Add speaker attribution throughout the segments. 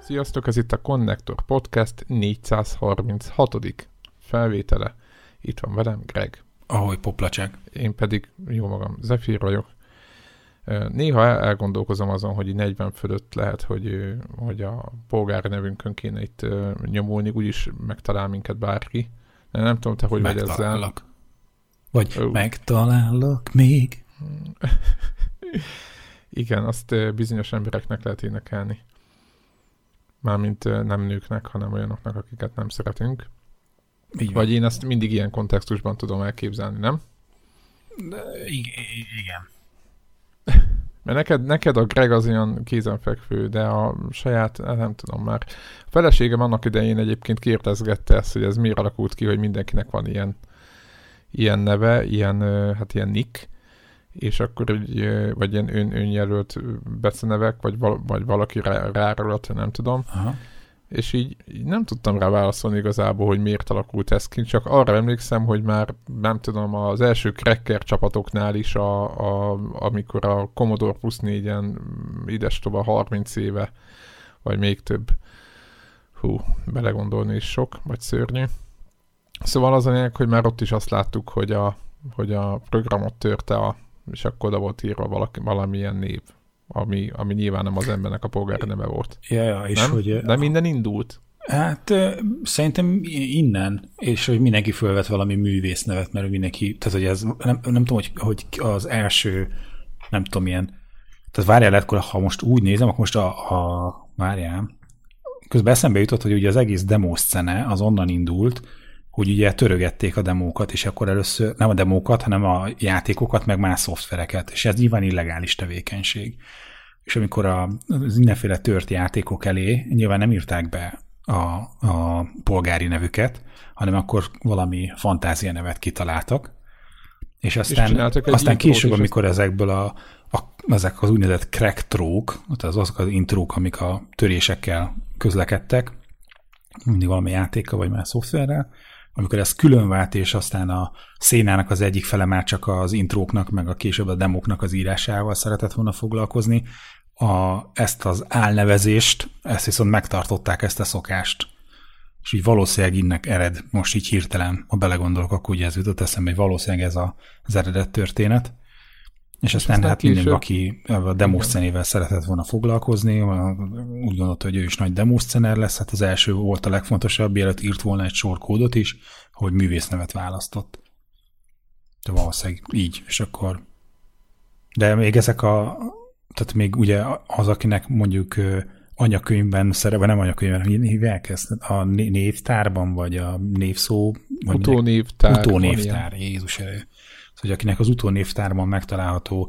Speaker 1: Sziasztok, ez itt a Connector Podcast 436. felvétele. Itt van velem Greg.
Speaker 2: Ahogy poplacsák.
Speaker 1: Én pedig jó magam, Zephyr vagyok. Néha elgondolkozom azon, hogy 40 fölött lehet, hogy a polgári nevünkön kéne itt nyomulni, úgyis megtalál minket bárki. Nem tudom, te hogy vagy ezzel.
Speaker 2: Vagy megtalálok még.
Speaker 1: Igen, azt bizonyos embereknek lehet énekelni. Mármint nem nőknek, hanem olyanoknak, akiket nem szeretünk. Vagy én ezt mindig ilyen kontextusban tudom elképzelni, nem?
Speaker 2: Igen.
Speaker 1: Mert neked a Greg az olyan kézenfekvő, de a saját, nem tudom már. A feleségem annak idején egyébként kérdezgette ezt, hogy ez miért alakult ki, hogy mindenkinek van ilyen neve, ilyen nick, és akkor így, vagy ilyen önjelölt becenevek, vagy valaki rárolt, nem tudom.
Speaker 2: Aha. És
Speaker 1: így nem tudtam rá válaszolni igazából, hogy miért alakult ez ki, csak arra emlékszem, hogy már nem tudom, az első Cracker csapatoknál is, amikor a Commodore Plus 4-en idestova 30 éve, vagy még több, belegondolni is sok, vagy szörnyű. Szóval az a lényeg, hogy már ott is azt láttuk, hogy a programot törte, és akkor oda volt írva valamilyen név. Ami nyilván nem az embernek a polgári neve volt.
Speaker 2: Ja, és hogy...
Speaker 1: De minden indult?
Speaker 2: Hát szerintem innen, és hogy mindenki fölvet valami művész nevet, mert mindenki, tehát hogy ez, nem tudom, hogy az első, nem tudom, ilyen, tehát várjál, akkor ha most úgy nézem, akkor most várjál, közben eszembe jutott, hogy ugye az egész demószcene az onnan indult, hogy ugye törögették a demókat, és akkor először nem a demókat, hanem a játékokat, meg más szoftvereket, és ez nyilván illegális tevékenység. És amikor az mindenféle tört játékok elé nyilván nem írták be a polgári nevüket, hanem akkor valami fantázia nevet kitaláltak, és aztán később, amikor ezekből ezek az úgynevezett crack-trók, tehát azok az intrók, amik a törésekkel közlekedtek, mindig valami játékkal vagy más szoftverrel, amikor ez külön vált, és aztán a szénának az egyik fele már csak az intróknak, meg a később a demóknak az írásával szeretett volna foglalkozni, ezt az álnevezést, ezt viszont megtartották, ezt a szokást. És így valószínűleg innen ered, most így hirtelen, ha belegondolok, akkor ugye ez jutott eszembe, hogy valószínűleg ez az eredet történet. És aztán hát mindenki, aki a demószcenével szeretett volna foglalkozni, úgy gondolta, hogy ő is nagy demószcener lesz, hát az első volt a legfontosabb, mielőtt írt volna egy sor kódot is, hogy művésznevet választott. De valószínűleg így, és akkor... De még ezek tehát még ugye az, akinek mondjuk anyakönyvben szerepel, nem anyakönyvben, hívják ezt? A névtárban, vagy a névszó...
Speaker 1: Utónévtár.
Speaker 2: Jézus erő. Szóval, akinek az utónévtárban megtalálható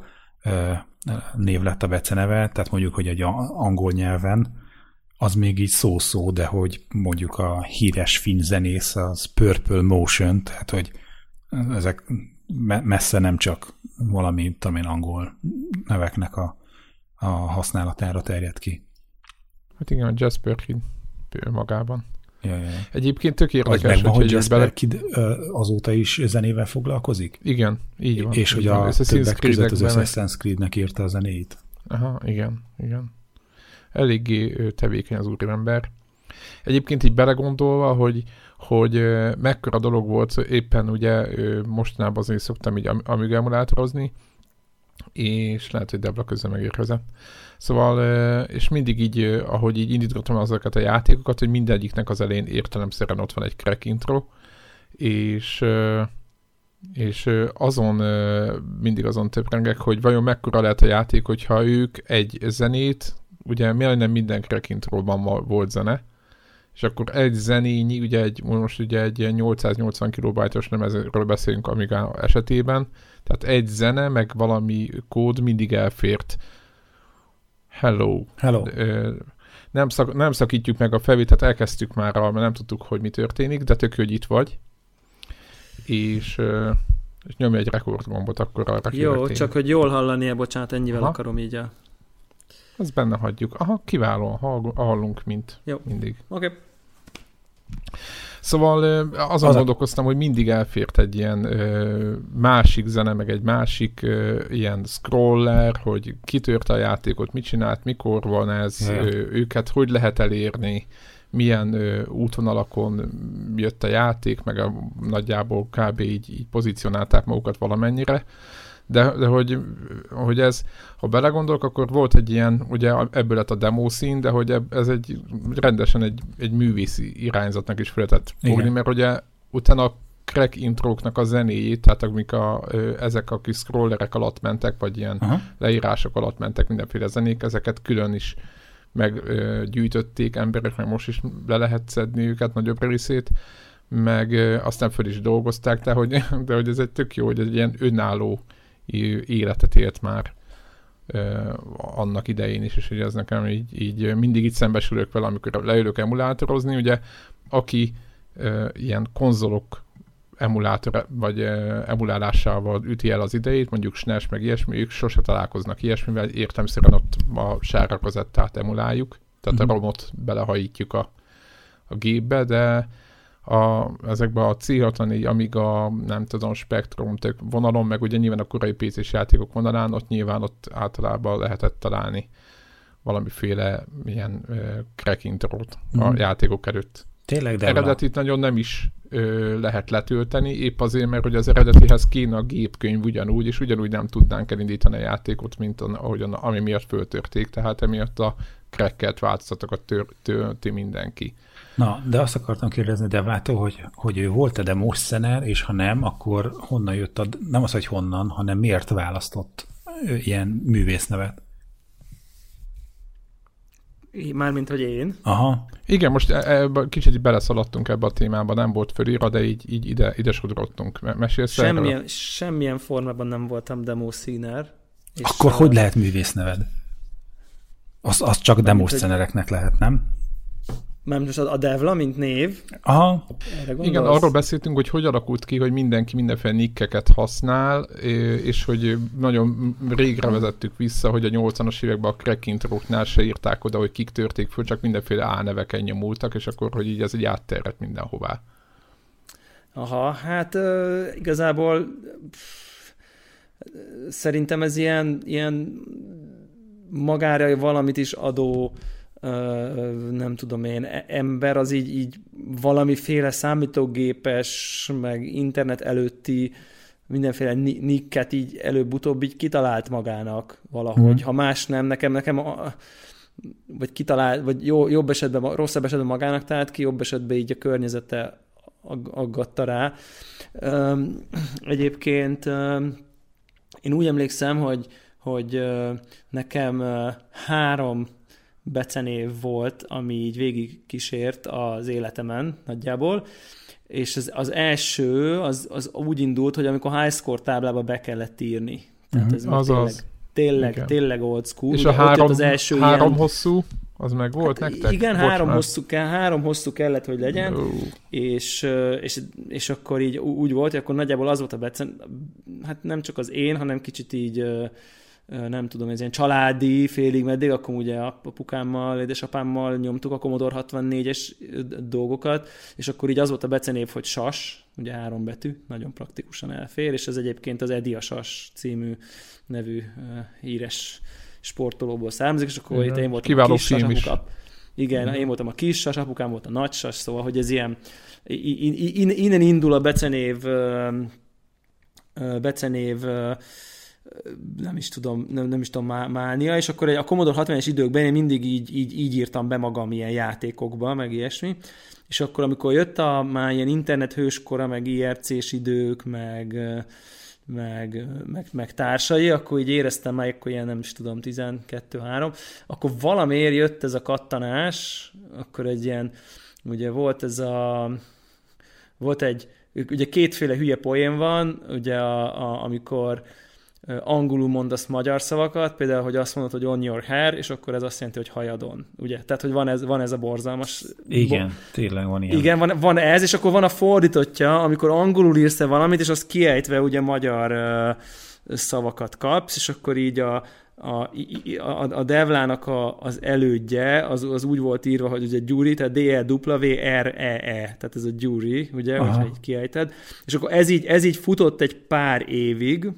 Speaker 2: név lett a beceneve, tehát mondjuk, hogy egy angol nyelven, az még így szó-szó, de hogy mondjuk a híres finn zenész, az Purple Motion, tehát hogy ezek messze nem csak valami, tudom én, angol neveknek a használatára terjed ki.
Speaker 1: Hát igen, a Jasper Kid magában.
Speaker 2: Ja.
Speaker 1: Egyébként tök érdekes,
Speaker 2: megvan, hogy Jasper Kid azóta is zenével foglalkozik?
Speaker 1: Igen, így van.
Speaker 2: És hogy a többek között az Assassin's Creed-nek írta a zenéit.
Speaker 1: Aha, igen. Eléggé tevékeny az úriember. Egyébként így belegondolva, hogy mekkora dolog volt, éppen ugye mostanában azért szoktam így Amiga emulátorozni, és lehet, hogy Debla közben megérkezett. Szóval, és mindig így, ahogy így indítottam azokat a játékokat, hogy mindegyiknek az elején értelemszerűen ott van egy crack intro, és mindig azon töprengek, hogy vajon mekkora lehet a játék, hogyha ők egy zenét, ugye majdnem minden crack intróban volt zene, és akkor egy zenényi, ugye most ugye egy ilyen 880 kilobajtos lemezről beszélünk Amiga esetében, tehát egy zene, meg valami kód mindig elfért. Hello. Nem szakítjuk meg a felvételt, elkezdtük már, mert nem tudtuk, hogy mi történik, de tök, hogy itt vagy. És nyomj egy rekordgombot, akkor arra
Speaker 3: jó, csak hogy jól hallani, bocsánat, ennyivel akarom így a...
Speaker 1: Azt benne hagyjuk. Aha, kiválóan hallunk, mint
Speaker 3: jó.
Speaker 1: mindig.
Speaker 3: Oké.
Speaker 1: Szóval azon gondolkoztam, hogy mindig elfért egy ilyen másik zene, meg egy másik ilyen scroller, hogy kitörte a játékot, mit csinált, mikor van ez, őket hogy lehet elérni, milyen útvonalakon jött a játék, meg nagyjából kb. Így pozícionálták magukat valamennyire. De hogy ez, ha belegondolok, akkor volt egy ilyen, ugye ebből lett a demo szín, de hogy ez egy rendesen egy művészi irányzatnak is fel lehetett fogni, mert ugye utána a crack intróknak a zenéjét, tehát amik ezek a kis scrollerek alatt mentek, vagy ilyen leírások alatt mentek mindenféle zenék, ezeket külön is meggyűjtötték emberek, meg most is le lehet szedni őket nagyobb részét, meg aztán föl is dolgozták, de hogy ez egy tök jó, hogy egy ilyen önálló életet élt már annak idején is, és hogy ez nekem így mindig itt szembesülök vele, amikor leülök emulátorozni, ugye aki ilyen konzolok emulátor, vagy emulálásával üti el az idejét, mondjuk SNES meg ilyesmi, ők sose találkoznak ilyesmivel, értelemszerűen ott a sárga kazettát emuláljuk, tehát a romot belehajítjuk a gépbe, de ezekben a C64, Amiga, nem tudom, Spectrum vonalon, meg ugye nyilván a korai PC-s játékok vonalán, ott általában lehetett találni valamiféle ilyen crack intrót a játékok előtt.
Speaker 2: Tényleg, de
Speaker 1: eredetit nagyon nem is lehet letölteni, épp azért, mert hogy az eredetihez kéne a gépkönyv ugyanúgy, és ugyanúgy nem tudnánk elindítani a játékot, mint ami miatt föltörték, tehát emiatt a crackelt változatokat tölti mindenki.
Speaker 2: Na, de azt akartam kérdezni Devától, hogy ő volt-e demoszener, és ha nem, akkor honnan jött nem az, hogy honnan, hanem miért választott ilyen művésznevet?
Speaker 3: Mármint, hogy én.
Speaker 2: Aha.
Speaker 1: Igen, most kicsit beleszaladtunk ebbe a témába, nem volt fölírva, de így ide sodródtunk. Mesélsz erről?
Speaker 3: Semmilyen formában nem voltam demoszener.
Speaker 2: Akkor hogy lehet művészneved? Az csak demoszenereknek lehet, nem?
Speaker 3: Már most a Devla, mint név.
Speaker 2: Aha.
Speaker 1: Igen, arról beszéltünk, hogy alakult ki, hogy mindenki mindenféle nickeket használ, és hogy nagyon régre vezettük vissza, hogy a 80-as években a crack intróknál se írták oda, hogy kik törték föl, csak mindenféle álneveken nyomultak, és akkor, hogy így ez egy átterredt mindenhová.
Speaker 3: Aha, hát igazából szerintem ez ilyen magára valamit is adó nem tudom én, ember az így valamiféle számítógépes, meg internet előtti mindenféle nicket így előbb-utóbb így kitalált magának valahogy. Ha más nem, nekem vagy kitalált, vagy jobb esetben, rosszabb esetben magának talált ki, jobb esetben így a környezete aggatta rá. Egyébként én úgy emlékszem, hogy nekem 3 becenév volt, ami így végig kísért az életemen nagyjából, és az első az úgy indult, hogy amikor high score táblába be kellett írni. Tehát ez tényleg old school.
Speaker 1: És a három hosszú, az meg volt nektek?
Speaker 3: Igen, három hosszú kellett, hogy legyen, és akkor így úgy volt, hogy akkor nagyjából az volt a becen, hát nem csak az én, hanem kicsit így nem tudom, ez ilyen családi, félig meddig, akkor ugye apukámmal, édesapámmal nyomtuk a Commodore 64-es dolgokat, és akkor így az volt a becenév, hogy SAS, ugye 3 betű, nagyon praktikusan elfér, és ez egyébként az Eddie a SAS című nevű híres sportolóból származik, és akkor itt én voltam a kis SAS, apukám. Igen, én voltam a kis SAS, apukám volt a nagy SAS, szóval, hogy ez ilyen, innen indul a becenév nem is tudom mánia, és akkor a Commodore 60-es időkben én mindig így írtam be magam ilyen játékokba, meg ilyesmi, és akkor amikor jött már ilyen internet hőskora, meg IRC-s idők, meg társai, akkor így éreztem már, akkor ilyen nem is tudom, 12-3, akkor valamiért jött ez a kattanás, akkor egy ilyen, ugye volt ugye 2 hülye poén van, ugye amikor angolul mondasz magyar szavakat, például, hogy azt mondod, hogy on your hair, és akkor ez azt jelenti, hogy hajadon, ugye? Tehát, hogy van ez a borzalmas...
Speaker 2: Igen, tényleg van ilyen.
Speaker 3: Igen, van ez, és akkor van a fordítottja, amikor angolul írsz valamit, és azt kiejtve ugye magyar szavakat kapsz, és akkor így a Devlának az elődje, az úgy volt írva, hogy ugye Gyuri, tehát D-E-W-R-E-E, tehát ez a Gyuri, ugye, hogyha így kiejted. És akkor ez így futott egy pár évig,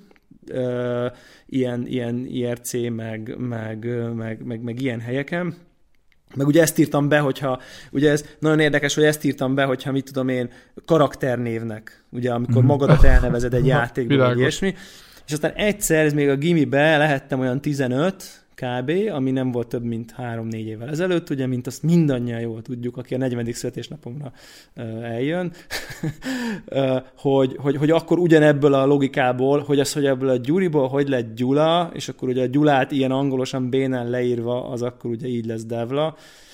Speaker 3: ilyen IRC, meg ilyen helyeken. Meg ugye ezt írtam be, hogyha, ugye ez nagyon érdekes, hogy ezt írtam be, hogyha mit tudom én, karakternévnek, ugye amikor magadat elnevezed egy játékban, vagy ilyesmi. És aztán egyszer, ez még a gimibe lehettem olyan 15 kb., ami nem volt több, mint 3-4 évvel ezelőtt, ugye, mint azt mindannyian jól tudjuk, aki a 40. születésnapomra eljön, hogy akkor ugyanebből a logikából, hogy ebből a Gyuriból hogy lett Gyula, és akkor ugye a Gyulát ilyen angolosan bénán leírva, az akkor ugye így lesz Devla.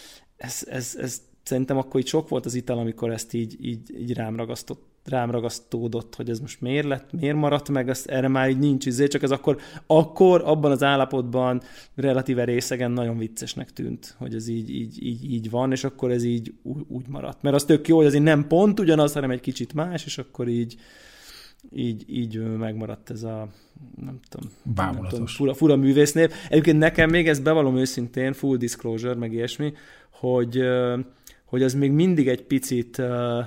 Speaker 3: Ez szerintem akkor így sok volt az ital, amikor ezt így rám ragasztódott, hogy ez most miért lett, miért maradt meg, erre már így nincs csak ez akkor abban az állapotban relatíve részegen nagyon viccesnek tűnt, hogy ez így van, és akkor ez így úgy maradt. Mert az tök jó, hogy azért nem pont ugyanaz, hanem egy kicsit más, és akkor így megmaradt ez a nem tudom, fura művésznév. Egyébként nekem még ezt bevallom őszintén, full disclosure, meg ilyesmi, hogy az még mindig egy picit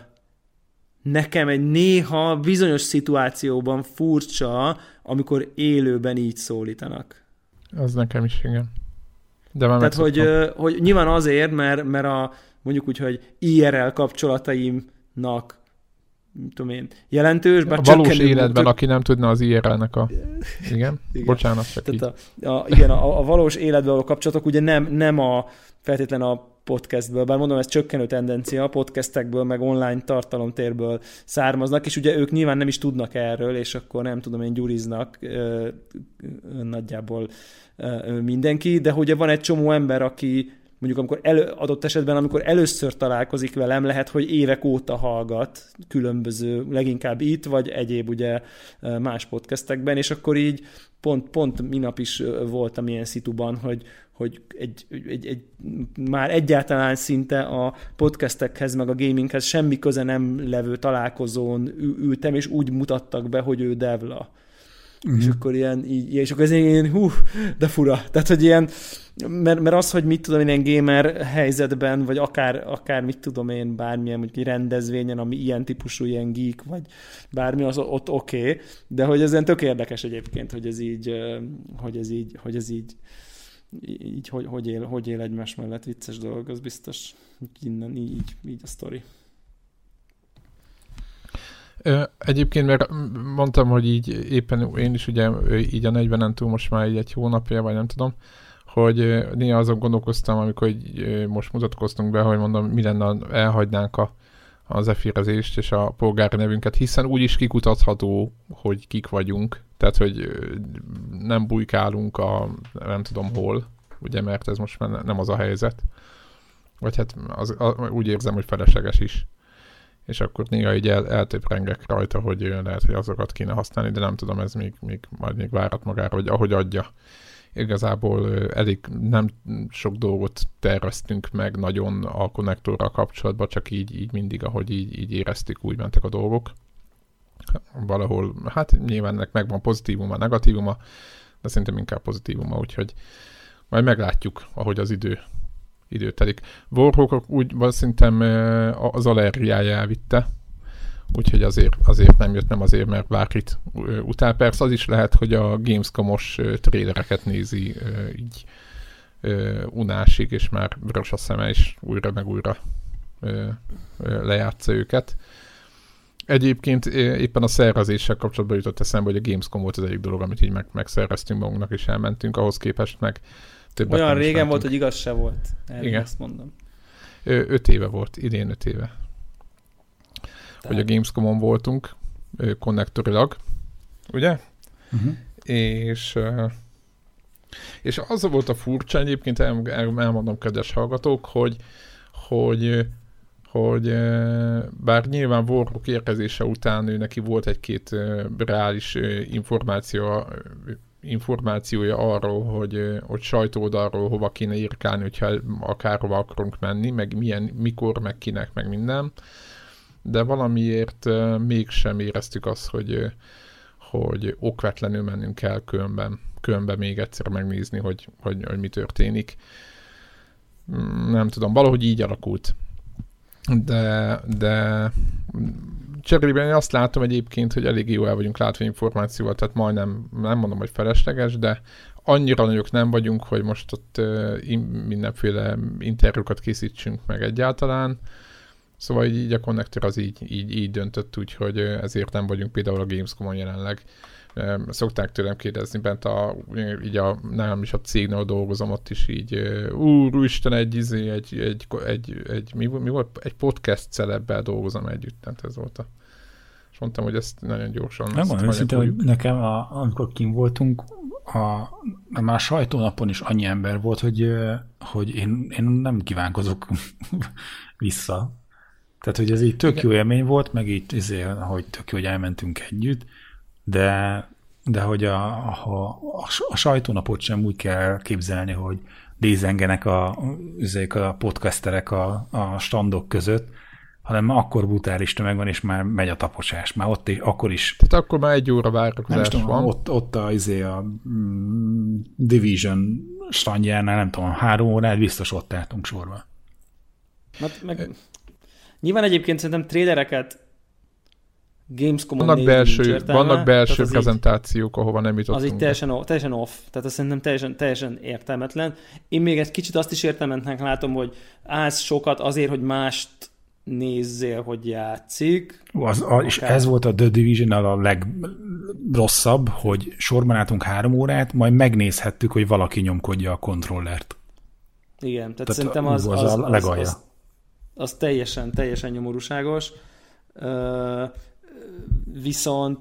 Speaker 3: nekem egy néha bizonyos szituációban furcsa, amikor élőben így szólítanak.
Speaker 1: Az nekem is, igen. De már
Speaker 3: tehát, hogy nyilván azért, mert mondjuk úgy, hogy IRL kapcsolataimnak tudom én, jelentős, bár
Speaker 1: a valós életben, aki nem tudna az IRL-nek igen? Bocsánat, csak
Speaker 3: tehát igen, a valós életben való kapcsolatok ugye nem feltétlen a podcastből, bár mondom, ez csökkenő tendencia, a podcastekből, meg online tartalomtérből származnak, és ugye ők nyilván nem is tudnak erről, és akkor nem tudom, én gyuriznak nagyjából mindenki, de ugye van egy csomó ember, aki mondjuk adott esetben, amikor először találkozik velem, lehet, hogy évek óta hallgat különböző, leginkább itt, vagy egyéb ugye más podcastekben, és akkor így pont minap is voltam ilyen szituban, hogy egy már egyáltalán szinte a podcastekhez, meg a gaminghez semmi köze nem levő találkozón ültem, és úgy mutattak be, hogy ő Devla. Uh-huh. És akkor és akkor ez ilyen, de fura. Tehát, hogy ilyen, mert az, hogy mit tudom én, ilyen gamer helyzetben, vagy akár mit tudom én, bármilyen mondjuk rendezvényen, ami ilyen típusú, ilyen geek, vagy bármi, az ott oké, de hogy ez ilyen tök érdekes egyébként, hogy ez így hogy él egymás mellett, vicces dolog, az biztos, innen így a sztori.
Speaker 1: Egyébként, mert mondtam, hogy így éppen én is ugye így a 40-en túl most már így egy hónapja, vagy nem tudom, hogy néha azon gondolkoztam, amikor most mutatkoztunk be, hogy mondom, mi lenne, elhagynánk az efirezést és a polgári nevünket, hiszen úgyis kikutatható, hogy kik vagyunk, tehát, hogy nem bujkálunk nem tudom hol, ugye, mert ez most már nem az a helyzet. Vagy hát úgy érzem, hogy felesleges is. És akkor néha így eltöprengek rajta, hogy lehet, hogy azokat kéne használni, de nem tudom, ez majd még várat magára, hogy ahogy adja. Igazából elég nem sok dolgot terveztünk meg nagyon a konnektorral kapcsolatban, csak így mindig, ahogy így éreztük, úgy mentek a dolgok. Valahol, hát nyilván ennek megvan pozitívuma, negatívuma, de szerintem inkább pozitívuma, úgyhogy majd meglátjuk, ahogy az idő telik. Warhawk úgy szerintem az allergiája elvitte, úgyhogy azért nem jött, nem azért, mert bárkit utál. Persze az is lehet, hogy a Gamescom-os trélereket nézi így unásig, és már vörös a szeme, és újra meg újra lejátsza őket. Egyébként éppen a szervezéssel kapcsolatban jutott eszembe, hogy a Gamescom volt az egyik dolog, amit így megszerveztünk magunknak, és elmentünk, ahhoz képest meg többet.
Speaker 3: Olyan régen volt, hogy igaz se volt. Igen. Ezt mondom.
Speaker 1: 5 éve volt, idén 5 éve. Hogy a Gamescom-on voltunk, konnektorilag, ugye? Uh-huh. És az volt a furcsa, egyébként elmondom, kedves hallgatók, hogy bár nyilván Warhawk érkezése után ő neki volt egy-két reális információja arról, hogy sajtóoldalról hova kéne írkálni, hogyha akárhova akarunk menni, meg mikor, meg kinek, meg minden. De valamiért mégsem éreztük azt, hogy okvetlenül mennünk kell különben. különben még egyszer megnézni, hogy mi történik. Nem tudom, valahogy így alakult. De cserében én azt látom egyébként, hogy elég jó el vagyunk látva információval, tehát majdnem, nem mondom, hogy felesleges, de annyira nagyok nem vagyunk, hogy most ott mindenféle interjúkat készítsünk meg egyáltalán. Szóval így a Connector az így döntött, úgyhogy ezért nem vagyunk például a Gamescom-on jelenleg. Szokták tőlem kérdezni, bent nálam is a cégnél dolgozom, ott is így úristen, egy podcast celebbel dolgozom együtt, tehát ez volt és mondtam, hogy ezt nagyon gyorsan...
Speaker 2: Nem mondom őszinte, hogy nekem, amikor kint voltunk, már a sajtónapon is annyi ember volt, hogy én nem kívánkozok vissza. Tehát, hogy ez így tök jó élmény volt, meg így hogy tök jó, hogy elmentünk együtt, de hogy a sajtónapot sem úgy kell képzelni, hogy dézengenek a podcasterek a standok között, hanem akkor brutális tömeg van, és már megy a taposás. Már ott akkor is.
Speaker 1: Tehát akkor már 1 óra várakozás van.
Speaker 2: Ott a Division standjánál, nem tudom, 3 órát biztos ott álltunk sorba.
Speaker 3: Nyilván egyébként szerintem trélereket Gamescom-on
Speaker 1: vannak belső prezentációk, ahova nem jutottunk.
Speaker 3: Az így teljesen off. Tehát azt szerintem teljesen értelmetlen. Én még egy kicsit azt is értelmetlenek látom, hogy állsz sokat azért, hogy mást nézzél, hogy játszik.
Speaker 2: És ez volt a The Division-nal a legrosszabb, hogy sorban álltunk 3 órát, majd megnézhettük, hogy valaki nyomkodja a kontrollert.
Speaker 3: Igen, tehát szerintem az teljesen nyomorúságos. Viszont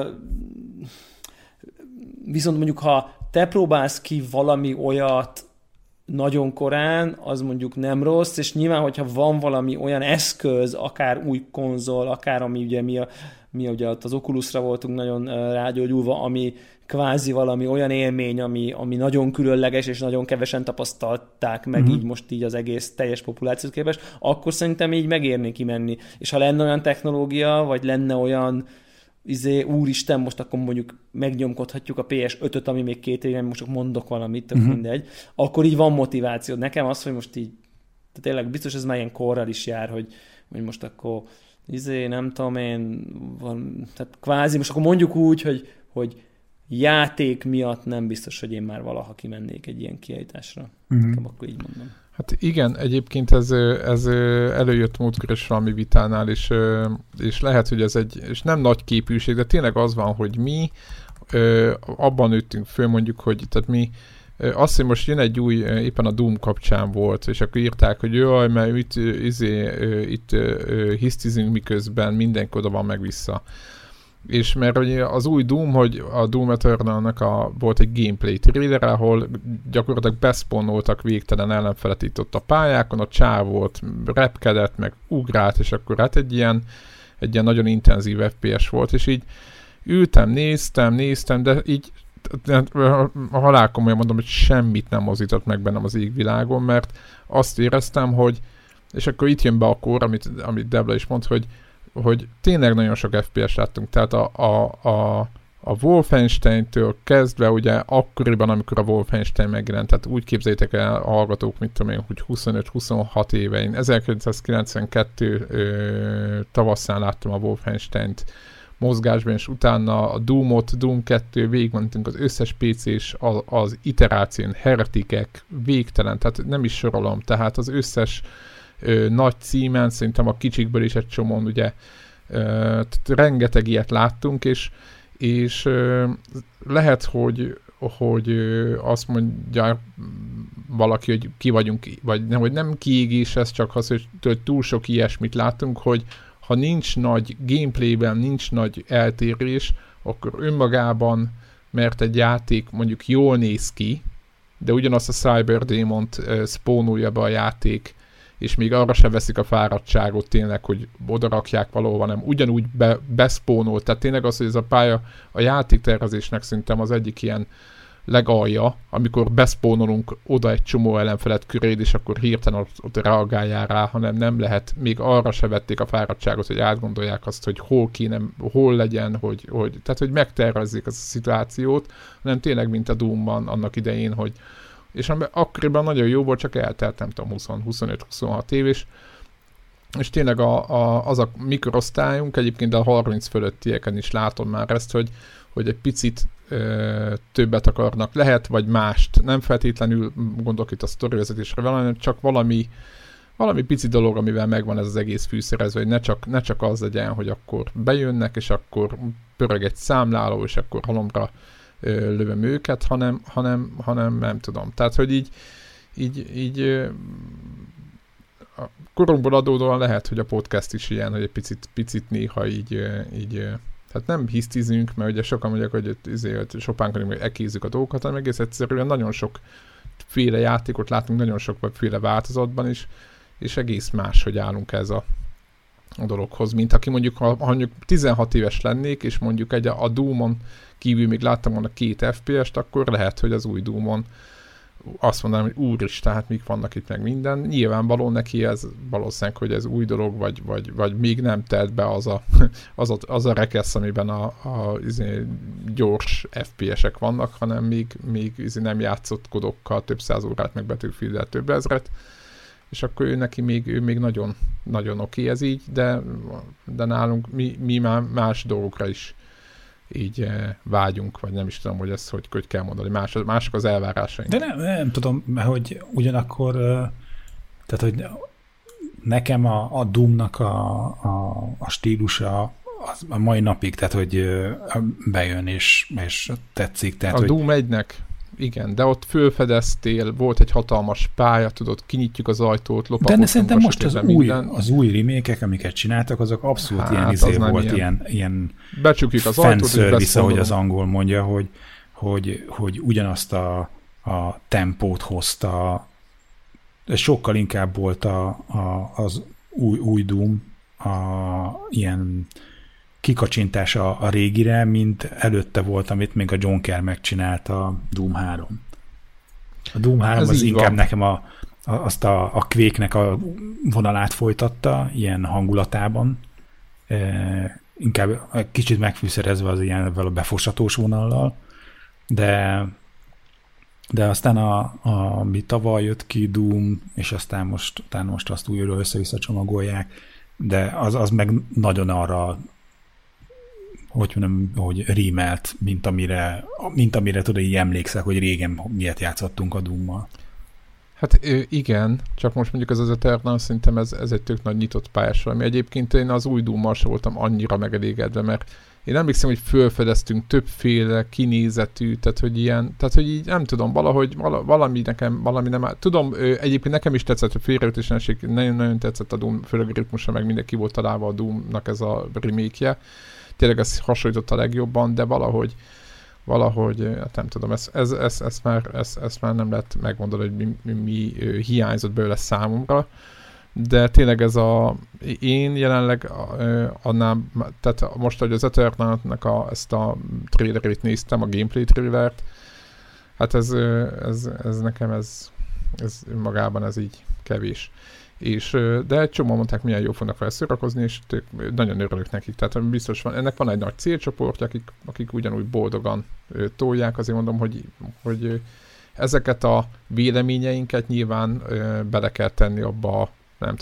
Speaker 3: mondjuk, ha te próbálsz ki valami olyat nagyon korán, az mondjuk nem rossz, és nyilván, hogyha van valami olyan eszköz, akár új konzol, akár ami ugye mi ugye ott az Oculusra voltunk nagyon rágyógyulva, ami kvázi valami olyan élmény, ami nagyon különleges, és nagyon kevesen tapasztalták meg így most így az egész teljes populációt képest, akkor szerintem így megérné kimenni. És ha lenne olyan technológia, vagy lenne olyan úristen, most akkor mondjuk megnyomkodhatjuk a PS5-öt, ami még 2 éve, most csak mondok valamit, tök mindegy, akkor így van motiváció. Nekem az, hogy most így, tényleg biztos ez már ilyen korral is jár, hogy most akkor nem tudom én, tehát kvázi, most akkor mondjuk úgy, hogy játék miatt nem biztos, hogy én már valaha kimennék egy ilyen kiállításra. Nekem akkor így mondom.
Speaker 1: Hát igen, egyébként ez előjött múltkor is valami vitánál, és lehet, hogy ez és nem nagy képűség, de tényleg az van, hogy mi abban nőttünk föl, mondjuk, hogy tehát mi azt, hogy most jön egy új, éppen a Doom kapcsán volt, és akkor írták, hogy jaj, mert itt hisztizünk miközben, mindenki oda van meg vissza. És mert az új Doom, hogy a Doom Eternalnak volt egy gameplay trailer, ahol gyakorlatilag beszponnoltak végtelen ellenfelet itt ott a pályákon, a csáv volt, repkedett, meg ugrált, és akkor hát egy ilyen nagyon intenzív FPS volt, és így ültem, néztem, de így a halálkomolyan mondom, hogy semmit nem mozított meg bennem az égvilágon, mert azt éreztem, hogy és akkor itt jön be a kor, amit Debla is mond, hogy tényleg nagyon sok FPS láttunk. Tehát a Wolfenstein-től kezdve, ugye akkoriban, amikor a Wolfenstein megjelent, tehát úgy képzeljétek el a hallgatók, mit tudom én, hogy 25-26 éve. Én 1992 tavasszán láttam a Wolfenstein-t mozgásban, és utána a Doom-ot, Doom 2, végigmentünk az összes PC-s, az iteráción, heretikek, végtelen, tehát nem is sorolom, tehát az összes nagy címen, szerintem a kicsikből is egy csomón, ugye rengeteg ilyet láttunk, és lehet, hogy azt mondja valaki, hogy ki vagyunk, vagy nem kiégés, ez csak az, hogy túl sok ilyesmit láttunk, hogy ha nincs nagy gameplayben, nincs nagy eltérés, akkor önmagában, mert egy játék mondjuk jól néz ki, de ugyanazt a Cyberdemont spónolja be a játék, és még arra se veszik a fáradtságot tényleg, hogy odarakják valahova, nem ugyanúgy beszpónol. Tehát tényleg az, hogy ez a pálya a játéktervezésnek szerintem az egyik ilyen legalja, amikor beszpónolunk oda egy csomó ellenfelet köréd, és akkor hirtelen ott reagáljál rá, hanem nem lehet, még arra se vették a fáradtságot, hogy átgondolják azt, hogy hol legyen, tehát hogy megtervezzék azt a szituációt, hanem tényleg, mint a Doom-ban annak idején, hogy és akkoriban nagyon jó volt, csak eltelt, nem tudom, 20-25-26 év is, és tényleg az a mikorosztályunk, egyébként a 30 fölöttieken is látom már ezt, hogy egy picit többet akarnak, lehet, vagy mást. Nem feltétlenül gondolok itt a sztorivezetésre, hanem csak valami pici dolog, amivel megvan ez az egész fűszerezve, hogy ne csak az legyen, hogy akkor bejönnek, és akkor pörög egy számláló, és akkor halomra lövöm őket, hanem nem tudom. Tehát, hogy így a korunkból adódóan lehet, hogy a podcast is ilyen, hogy egy picit néha így tehát nem hisztizünk, mert ugye sokan mondják, hogy sopánkodunk, hogy ekézzük a dolgokat, hanem egész egyszerűen nagyon sokféle játékot látunk, nagyon sokféle változatban is, és egész más, hogy állunk ez a dologhoz, mint aki ha mondjuk 16 éves lennék, és mondjuk a Doom-on kívül még láttam volna 2 FPS-t, akkor lehet, hogy az új Doom-on azt mondanám, hogy úristen, hát mik vannak itt meg minden. Nyilvánvaló neki ez valószínűleg, hogy ez új dolog, vagy még nem telt be az a rekesz, amiben a gyors FPS-ek vannak, hanem még nem játszott kodokkal több száz órát, meg Battlefield-el több ezret, és akkor ő még nagyon, nagyon oké ez így, de nálunk mi már más dolgokra is így vágyunk, vagy nem is tudom, hogy ezt hogy kell mondani, mások az elvárásaink.
Speaker 2: De nem tudom, hogy ugyanakkor, tehát hogy nekem a Doom-nak a stílusa az a mai napig, tehát hogy bejön és tetszik. Tehát,
Speaker 1: a Doom 1-nek igen, de ott fölfedeztél, volt egy hatalmas pálya, tudod, kinyitjuk az ajtót, lopatottunk.
Speaker 2: De szerintem most az új remake-ek, amiket csináltak, azok abszolút ilyen volt, ilyen
Speaker 1: becsukjuk az ajtót, és
Speaker 2: ahogy az angol mondja, hogy ugyanazt a tempót hozta, sokkal inkább volt az új Doom ilyen kikacsintása a régire, mint előtte volt, amit még a John Kerr megcsinált a Doom 3. A Doom 3 ez az inkább van. Nekem azt a Quake-nek a vonalát folytatta, ilyen hangulatában. Inkább kicsit megfűszerezve az ilyenvel a befosatós vonallal, de aztán ami tavaly jött ki Doom, és aztán most azt újra össze-vissza csomagolják, de az meg nagyon arra hogy rímelt, mint amire tudod, így emlékszek, hogy régen miért játszottunk a Doom-mal.
Speaker 1: Hát igen, csak most mondjuk ez az Eternal, szerintem ez egy tök nagy nyitott pályás, ami egyébként én az új Doom-mal sem voltam annyira megelégedve, mert én emlékszem, hogy fölfedeztünk többféle kinézetű, tehát hogy így nem tudom, valami nem áll. Tudom, egyébként nekem is tetszett, hogy félreütésenség, nagyon tetszett a Doom, főleg a ritmusa, meg mindenki volt találva a Doom-nak ez a remake-je. Tényleg ez hasonlított a legjobban, de valahogy hát nem tudom, ezt már nem lehet megmondani, hogy mi hiányzott belőle számomra, de tényleg én jelenleg annál, tehát most, hogy az Eternal-nek ezt a trailerét néztem, a gameplay trailert, hát ez nekem ez magában ez így kevés. De egy csomó mondták, milyen jó fognak vele szórakozni, és nagyon örülök nekik. Tehát biztos ennek van egy nagy célcsoportja, akik ugyanúgy boldogan tolják. Azért mondom, hogy ezeket a véleményeinket nyilván bele kell tenni abba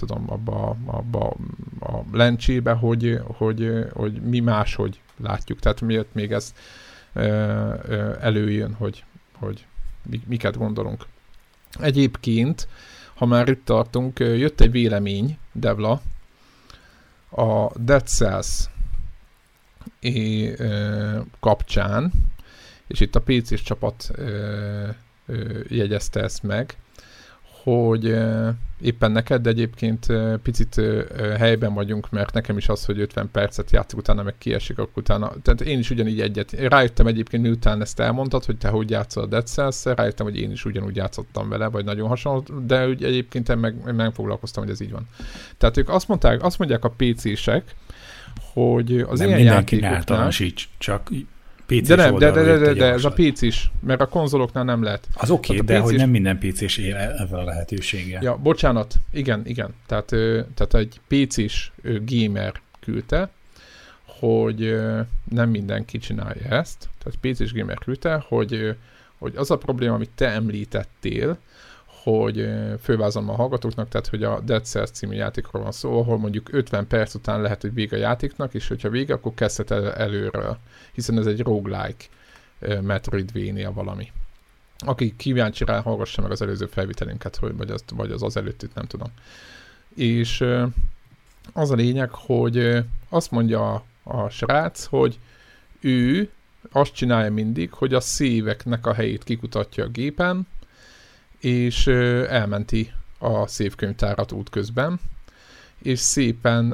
Speaker 1: a lencsébe, hogy mi máshogy látjuk. Tehát miért még ez előjön, hogy miket gondolunk. Egyébként, ha már itt tartunk, jött egy vélemény, Devla, a Dead Cells kapcsán, és itt a PC-s csapat jegyezte ezt meg, hogy éppen neked, de egyébként picit helyben vagyunk, mert nekem is az, hogy 50 percet játszik, utána meg kiesik, akkor utána, tehát én is ugyanígy rájöttem egyébként, miután ezt elmondtad, hogy te hogy játszol a Dead Cells-szel, rájöttem, hogy én is ugyanúgy játszottam vele, vagy nagyon hasonló, de egyébként én meg foglalkoztam, hogy ez így van. Tehát ők azt mondják a PC-sek, hogy az
Speaker 2: nem
Speaker 1: ilyen
Speaker 2: mindenki
Speaker 1: játékoknál...
Speaker 2: általánosíts, csak PC-s
Speaker 1: De nem,
Speaker 2: oldalról
Speaker 1: de ez a PC is, mert a konzoloknál nem lehet.
Speaker 2: Az oké,
Speaker 1: Tehát
Speaker 2: de
Speaker 1: a
Speaker 2: hogy
Speaker 1: PC-s
Speaker 2: nem minden PC-s él ezzel a lehetőséggel.
Speaker 1: Ja, bocsánat, igen. Tehát egy PC-s gamer küldte, hogy nem mindenki csinálja ezt. Tehát PC-s gamer küldte, hogy az a probléma, amit te említettél, hogy fővázolom a hallgatóknak, tehát hogy a Dead Cells című játékról van szó, ahol mondjuk 50 perc után lehet, hogy vége a játéknak, és hogyha vége, akkor kezdhet előről, hiszen ez egy roguelike Metroidvania valami. Aki kíváncsi rá, hallgassa meg az előző felvitelünket, vagy az előttit, nem tudom. És az a lényeg, hogy azt mondja a srác, hogy ő azt csinálja mindig, hogy a szíveknek a helyét kikutatja a gépen, és elmenti a szívkönyvtárat útközben, és szépen,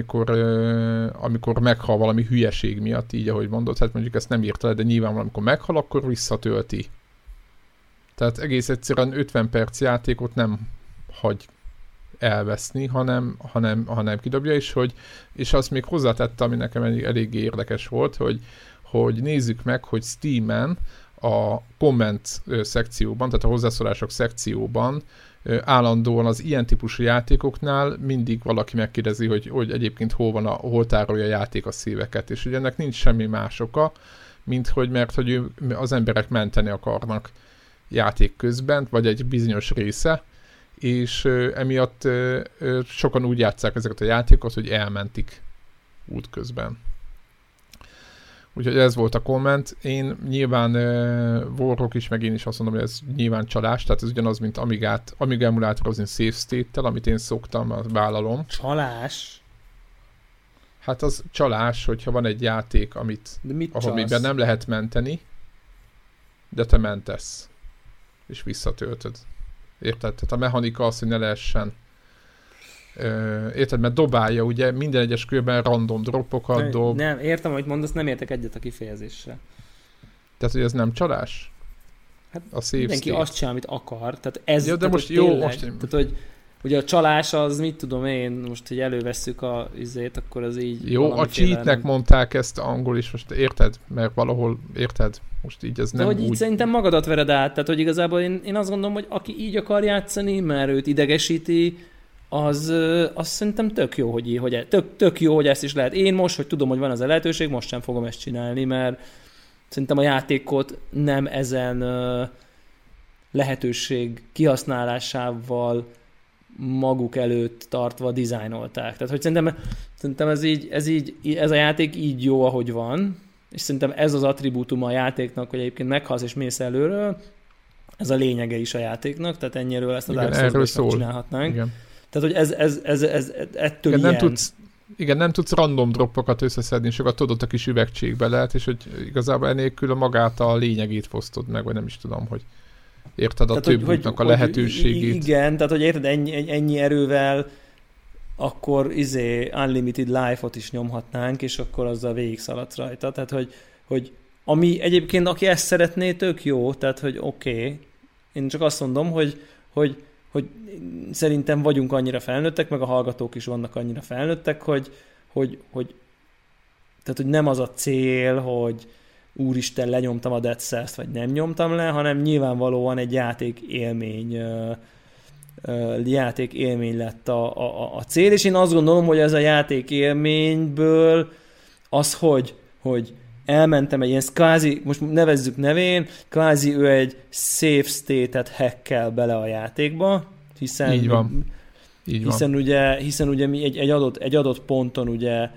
Speaker 1: amikor meghal valami hülyeség miatt, így ahogy mondod, hát mondjuk ezt nem írta le, de nyilván amikor meghal, akkor visszatölti. Tehát egész egyszerűen 50 perc játékot nem hagy elveszni, hanem kidobja, és azt még hozzátette, ami nekem eléggé érdekes volt, hogy nézzük meg, hogy Steamen a komment szekcióban, tehát a hozzászólások szekcióban állandóan az ilyen típusú játékoknál mindig valaki megkérdezi, hogy egyébként hol tárolja a játék a szíveket, és ugye ennek nincs semmi más oka, mert hogy az emberek menteni akarnak játék közben, vagy egy bizonyos része, és emiatt sokan úgy játsszák ezeket a játékokat, hogy elmentik útközben. Úgyhogy ez volt a komment. Én nyilván Warrock is, meg én is azt mondom, hogy ez nyilván csalás, tehát ez ugyanaz, mint Amiga emulátorozni save state-tel, amit én szoktam, vállalom.
Speaker 3: Csalás?
Speaker 1: Hát az csalás, hogyha van egy játék, amiben nem lehet menteni, de te mentesz, és visszatöltöd. Érted? Tehát a mechanika az, hogy ne lehessen. Érted? Mert dobálja, ugye minden egyes körben random droppokat dob.
Speaker 3: Nem, értem, hogy mondasz, nem értek egyet a kifejezéssel.
Speaker 1: Tehát, hogy ez nem csalás?
Speaker 3: Hát
Speaker 1: a save
Speaker 3: mindenki
Speaker 1: state.
Speaker 3: azt csinál, amit akar. Tehát ez,
Speaker 1: ja, de
Speaker 3: tehát,
Speaker 1: most
Speaker 3: hogy
Speaker 1: jó,
Speaker 3: tényleg,
Speaker 1: most...
Speaker 3: Tehát, hogy a csalás az, mit tudom én, most, hogy elővesszük a izét, akkor az így...
Speaker 1: Jó, a cheatnek mondták ezt angol is, most érted? Mert valahol, érted? Most így ez nem
Speaker 3: de hogy
Speaker 1: úgy...
Speaker 3: így szerintem magadat vered át, tehát hogy igazából én azt gondolom, hogy aki így akar játszani, mert őt idegesíti, az szerintem tök jó, tök jó, hogy ezt is lehet. Én most, hogy tudom, hogy van az a lehetőség, most sem fogom ezt csinálni, mert szerintem a játékot nem ezen lehetőség kihasználásával maguk előtt tartva dizájnolták. Tehát, hogy szerintem ez a játék így jó, ahogy van, és szerintem ez az attribútuma a játéknak, hogy egyébként meghalsz és mész előről, ez a lényege is a játéknak, tehát ennyiről ezt a Dark Souls-ban csinálhatnánk.
Speaker 1: Igen.
Speaker 3: Tehát, hogy ez ettől
Speaker 1: igen,
Speaker 3: ilyen.
Speaker 1: Nem tudsz random droppokat összeszedni, sokat tudod a kis üvegcsékbe lehet, és hogy igazából enélkül magát a lényegét fosztod meg, vagy nem is tudom, hogy érted a több útnak a lehetőségét.
Speaker 3: Igen, tehát hogy érted, ennyi erővel akkor Unlimited Life-ot is nyomhatnánk, és akkor azzal végig szaladsz rajta. Tehát, hogy ami egyébként, aki ezt szeretné, tök jó, tehát, hogy oké. Én csak azt mondom, hogy szerintem vagyunk annyira felnőttek, meg a hallgatók is vannak annyira felnőttek, hogy nem az a cél, hogy úristen, lenyomtam a Dead Cells-t, vagy nem nyomtam le, hanem nyilvánvalóan egy játékélmény lett a cél, és én azt gondolom, hogy ez a játékélményből az, hogy elmentem egy ilyen kvázi, most nevezzük nevén, kvázi ő egy save state-et hackkel bele a játékba, hiszen
Speaker 1: így van.
Speaker 3: Hiszen ugye mi egy adott ponton ugye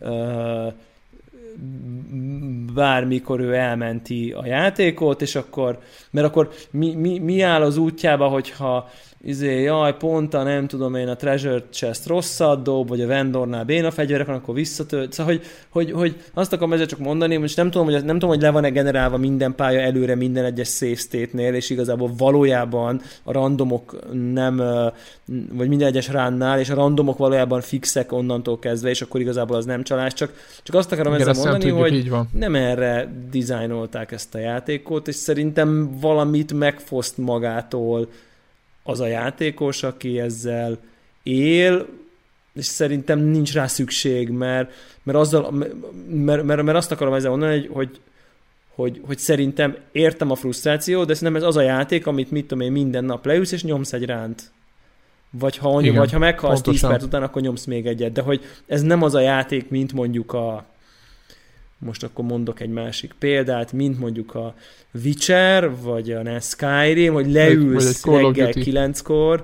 Speaker 3: bármikor ő elmenti a játékot, és akkor, mert akkor mi áll az útjába, hogyha jaj, pont a nem tudom én a treasure chest rosszat dob, vagy a vendornál béna fegyverek van, akkor visszatölt. Szóval, hogy azt akarom ezzel csak mondani, most nem tudom, hogy le van-e generálva minden pálya előre minden egyes save state-nél, és igazából valójában a randomok nem, vagy minden egyes runnál, és a randomok valójában fixek onnantól kezdve, és akkor igazából az nem csalás, csak azt akarom ezzel mondani, hogy nem erre dizájnolták ezt a játékot, és szerintem valamit megfoszt magától az a játékos, aki ezzel él, és szerintem nincs rá szükség, mert azt akarom ezzel mondani, hogy szerintem értem a frusztrációt, de szerintem ez az a játék, amit mit tudom én, minden nap leülsz, és nyomsz egy ránt. Vagy ha meghalsz 10 perc után, akkor nyomsz még egyet. De hogy ez nem az a játék, mint mondjuk most akkor mondok egy másik példát, mint mondjuk a Witcher, vagy a Skyrim, hogy leülsz reggel 9-kor,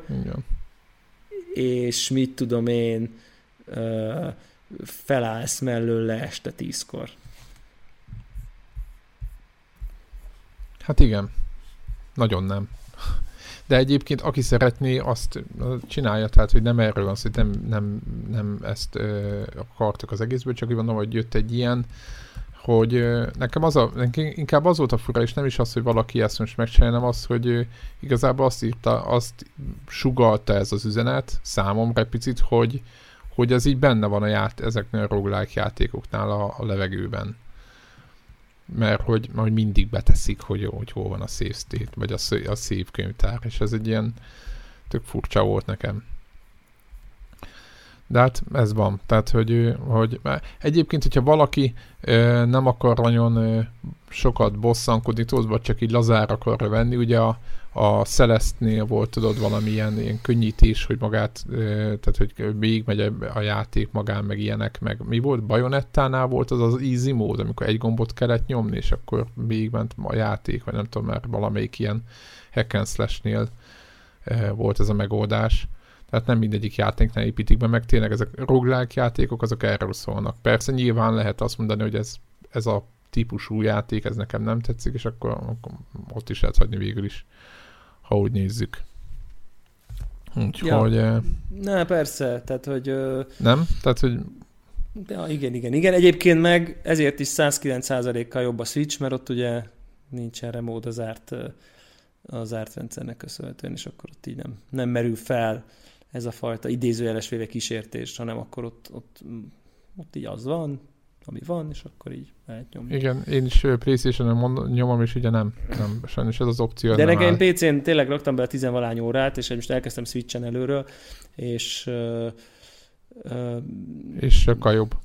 Speaker 3: és mit tudom én, felállsz mellőle este 10-kor.
Speaker 1: Hát igen. Nagyon nem. De egyébként aki szeretné, azt csinálja, tehát hogy nem erről van szó, hogy nem ezt akartok az egészből, csak mondom, hogy jött egy ilyen, hogy nekem inkább az volt a fura, és nem is az, hogy valaki ezt most megcsinálja, hanem az, hogy igazából azt sugallta ez az üzenet számomra egy picit, hogy ez így benne van ezeknél a roguelike játékoknál a levegőben. Mert hogy mindig beteszik, hogy hol van a save state, vagy a save könyvtár, és ez egy ilyen tök furcsa volt nekem. De hát ez van. Tehát, hogy egyébként, hogyha valaki nem akar nagyon sokat bosszankodni, tudod, vagy csak így lazár akarra venni, ugye a Celeste-nél volt, tudod, valamilyen könnyítés, hogy magát, tehát, hogy végigmegy a játék magán, meg ilyenek, meg mi volt? Bayonettánál volt az easy mód, amikor egy gombot kellett nyomni, és akkor végigment a játék, vagy nem tudom, mert valamelyik ilyen hack and slash-nél volt ez a megoldás. Tehát nem mindegyik játéknál építik be, meg tényleg ezek roguelike játékok, azok erről szólnak. Persze nyilván lehet azt mondani, hogy ez a típusú játék, ez nekem nem tetszik, és akkor ott is lehet hagyni végül is, ha úgy nézzük. Úgyhogy... Ja.
Speaker 3: Ne, persze, tehát hogy...
Speaker 1: Nem? Tehát, hogy...
Speaker 3: Ja, igen. Egyébként meg ezért is 109%-kal jobb a Switch, mert ott ugye nincsen remote az zárt rendszernek köszönhetően, és akkor ott így nem merül fel ez a fajta idézőjeles véve kísértés, hanem akkor ott így az van, ami van, és akkor így lehet nyomni.
Speaker 1: Igen, én is PlayStation-on nyomom, és ugye nem. Sajnos ez az opció.
Speaker 3: De nekem PC-n tényleg raktam be a 10-valány órát, és most elkezdtem Switch-en előről, és
Speaker 1: sokkal jobb.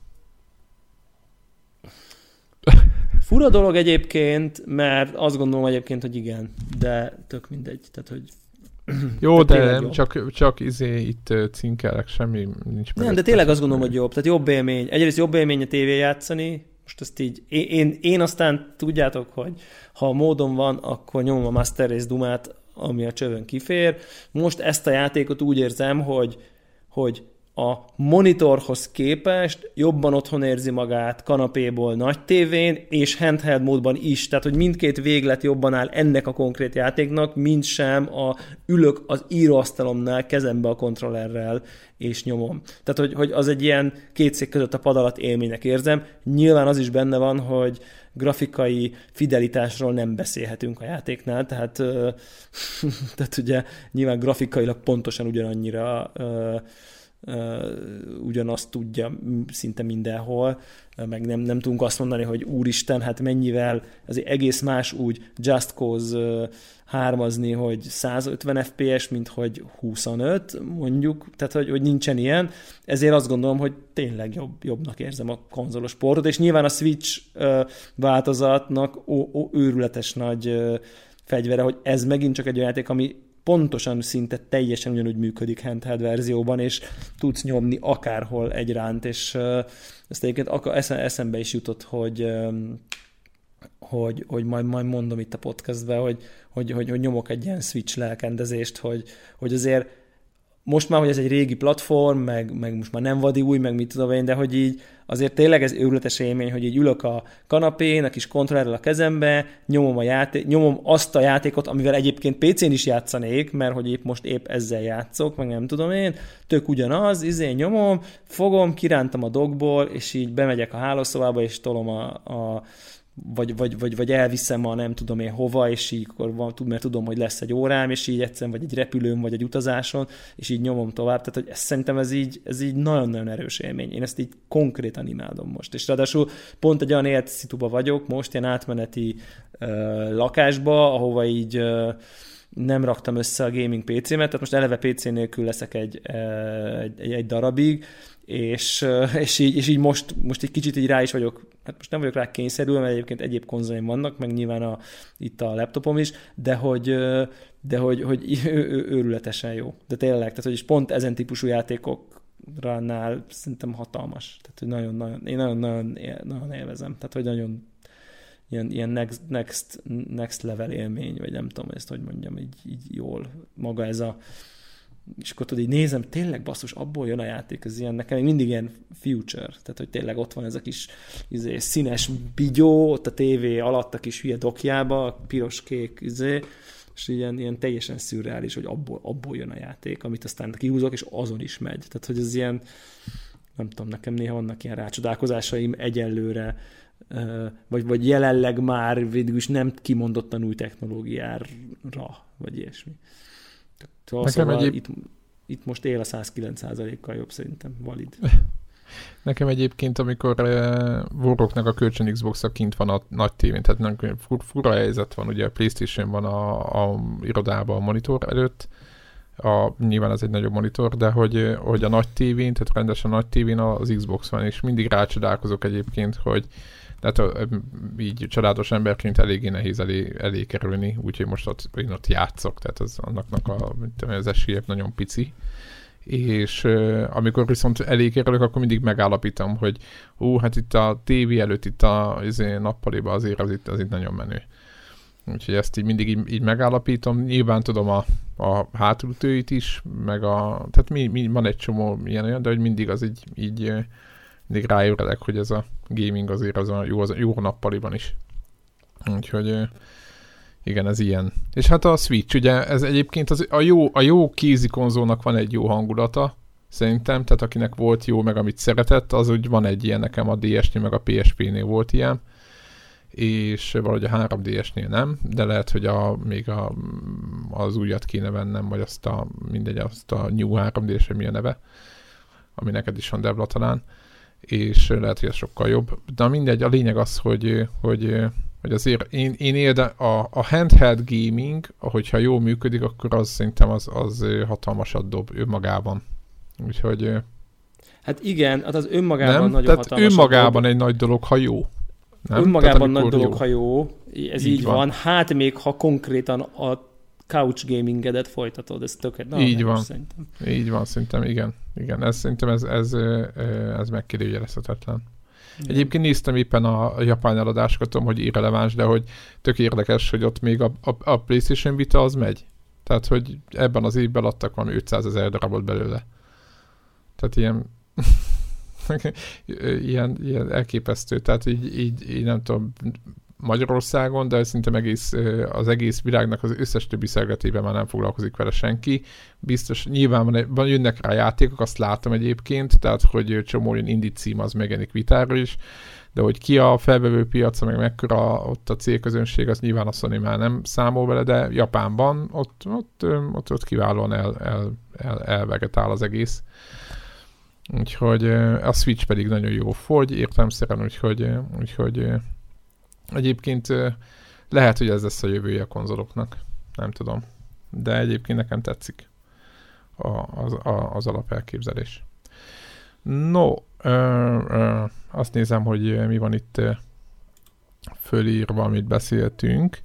Speaker 3: Fura dolog egyébként, mert azt gondolom egyébként, hogy igen, de tök mindegy. Tehát, hogy
Speaker 1: jó, de csak itt cinkelek, semmi nincs meg.
Speaker 3: Nem, de tényleg azt gondolom, hogy jobb. Tehát jobb élmény. Egyrészt jobb élmény a tévén játszani. Most ezt így, én aztán tudjátok, hogy ha módon van, akkor nyomom a Master Race Dumát, ami a csövön kifér. Most ezt a játékot úgy érzem, hogy a monitorhoz képest jobban otthon érzi magát kanapéból nagy tévén, és handheld módban is. Tehát, hogy mindkét véglet jobban áll ennek a konkrét játéknak, mint sem ülök az íróasztalomnál kezembe a kontrollerrel, és nyomom. Tehát, hogy az egy ilyen két szék között a pad alatt élménynek érzem. Nyilván az is benne van, hogy grafikai fidelitásról nem beszélhetünk a játéknál, tehát ugye nyilván grafikailag pontosan ugyanannyira ugyanazt tudja szinte mindenhol, meg nem tudunk azt mondani, hogy úristen, hát mennyivel azért egész más úgy Just Cause 3-azni, hogy 150 FPS, mint hogy 25, mondjuk, tehát hogy nincsen ilyen, ezért azt gondolom, hogy tényleg jobbnak érzem a konzolos portot, és nyilván a Switch változatnak őrületes nagy fegyvere, hogy ez megint csak egy olyan játék, ami pontosan szinte teljesen ugyanúgy működik handheld verzióban, és tudsz nyomni akárhol egy ránt, és ezt egyébként eszembe is jutott, hogy majd mondom itt a podcastben, hogy nyomok egy ilyen Switch lelkendezést, hogy azért most már, hogy ez egy régi platform, meg most már nem vadi új, meg mit tudom én, de hogy így azért tényleg ez őrületes élmény, hogy így ülök a kanapén, a kis kontrollerrel a kezembe, nyomom azt a játékot, amivel egyébként PC-n is játszanék, mert hogy épp ezzel játszok, meg nem tudom én, tök ugyanaz, nyomom, fogom, kirántam a dockból, és így bemegyek a hálószobába, és tolom vagy elviszem a nem tudom én hova, és így akkor mert tudom, hogy lesz egy órám, és így egyszerűen vagy egy repülőn, vagy egy utazáson, és így nyomom tovább. Tehát, hogy szerintem ez így nagyon-nagyon erős élmény. Én ezt így konkrétan imádom most. És ráadásul pont egy olyan életszituba vagyok, most ilyen átmeneti lakásba, ahova így nem raktam össze a gaming PC-met, tehát most eleve PC nélkül leszek egy darabig, és így most egy kicsit így rá is vagyok, hát most nem vagyok rá kényszerülve, mert egyébként egyéb konzoljaim vannak, meg nyilván itt a laptopom is, de hogy őrületesen jó. De tényleg, tehát hogy is pont ezen típusú játékoknál szerintem hatalmas. Tehát, hogy nagyon élvezem. Tehát, hogy nagyon ilyen next level élmény, vagy nem tudom ezt, hogy mondjam, így jól maga ez a... És akkor tudod, így nézem, tényleg basszus, abból jön a játék, ez ilyen, nekem mindig ilyen future, tehát hogy tényleg ott van ez a kis színes bigyó, ott a tévé alatt a kis hülye dokjába, piros-kék, és ilyen teljesen szürreális, hogy abból jön a játék, amit aztán kihúzok, és azon is megy. Tehát, hogy ez ilyen, nem tudom, nekem néha vannak ilyen rácsodálkozásaim egyelőre, vagy jelenleg már végül is nem kimondottan új technológiára, vagy ilyesmi. Szóval itt most él a 109%-kal jobb, szerintem valid.
Speaker 1: Nekem egyébként, amikor Warrocknak a kölcsön Xbox-a kint van a nagy tévén, tehát fura helyzet van, ugye a PlayStation van a irodában a monitor előtt, nyilván ez egy nagyobb monitor, de hogy a nagy tévén, tehát rendesen a nagy tévén az Xbox van, és mindig rácsodálkozok egyébként, hogy tehát így családos emberként eléggé nehéz elé kerülni, úgyhogy most én ott játszok, tehát annak az esélye nagyon pici. És amikor viszont elé kerülök, akkor mindig megállapítom, hogy hát itt a tévé előtt, itt a nappaliban azért az itt nagyon menő. Úgyhogy ezt így mindig így megállapítom. Nyilván tudom a hátulütőit is, meg tehát van egy csomó ilyen, de hogy mindig az így mindig ráébredek, hogy ez a gaming azért az jó nappaliban is. Úgyhogy igen, ez ilyen. És hát a Switch, ugye ez egyébként a jó kézi konzolnak van egy jó hangulata, szerintem, tehát akinek volt jó, meg amit szeretett, az úgy van egy ilyen, nekem a DS-nél, meg a PSP-nél volt ilyen, és valahogy a 3DS-nél nem, de lehet, hogy még az újat kéne vennem, vagy azt a New 3DS-e mi a neve, ami neked is van, Debla talán, és lehet, hogy ez sokkal jobb. De mindegy, a lényeg az, hogy azért én élde a handheld gaming, ahogyha jól működik, akkor az szerintem az hatalmasat dob önmagában. Úgyhogy... Hát
Speaker 3: igen, az önmagában
Speaker 1: nem?
Speaker 3: nagyon
Speaker 1: tehát
Speaker 3: hatalmasat
Speaker 1: önmagában
Speaker 3: dob.
Speaker 1: egy nagy dolog, ha jó. Nem?
Speaker 3: Önmagában nagy dolog, ha jó. Ez így van.
Speaker 1: van.
Speaker 3: Hát még ha konkrétan a couch gamingedet folytatod, ez tökéletes.
Speaker 1: Így van. Szerintem. Így van, szerintem, igen. Szerintem ez megkérdőjelezhetetlen. Egyébként néztem éppen a japán eladásokat, tudom, hogy irreleváns, de hogy tök érdekes, hogy ott még a PlayStation Vita az megy. Tehát, hogy ebben az évben adtak valami 500 000 darabot belőle. Tehát ilyen elképesztő. Tehát így nem tudom, Magyarországon, de szerintem az egész világnak az összes többi szervezetében már nem foglalkozik vele senki. Biztos, nyilván jönnek rá játékok, azt látom egyébként, tehát hogy csomó olyan indie cím az megjelenik Vitára is, de hogy ki a felvevő piaca, meg mekkora ott a célközönség, az nyilván a Sony már nem számol vele, de Japánban ott kiválóan elvegetál az egész. Úgyhogy a Switch pedig nagyon jó fogy, értelemszerűen, úgyhogy egyébként lehet, hogy ez lesz a jövője a konzoloknak. Nem tudom. De egyébként nekem tetszik az alapelképzelés. No, azt nézem, hogy mi van itt fölírva, amit beszéltünk.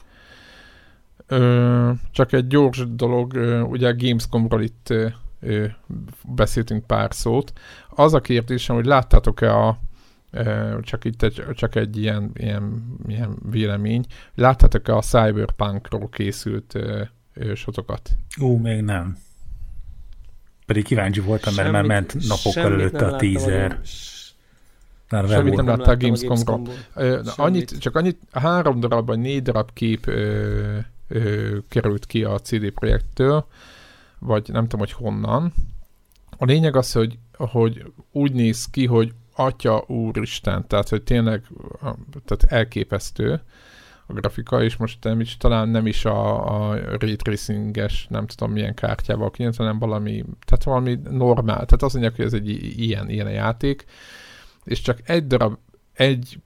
Speaker 1: Csak egy gyors dolog, ugye a Gamescomról itt beszéltünk pár szót. Az a kérdésem, hogy láttátok-e csak egy ilyen vélemény. Láttátok-e a Cyberpunkról készült sotokat?
Speaker 2: Még nem. Pedig kíváncsi voltam, mert már ment napokkal előtte a teaser.
Speaker 1: Semmit nem láttál a Gamescomról. Annyit 3 darab vagy 4 darab kép került ki a CD Projekttől, vagy nem tudom, hogy honnan. A lényeg az, hogy úgy néz ki, hogy Atya úristen, tehát hogy tényleg tehát elképesztő a grafika, és most talán nem is a ray tracing-es, nem tudom milyen kártyával kinyit, hanem valami normál, tehát azt mondják, hogy ez egy ilyen a játék, és csak egy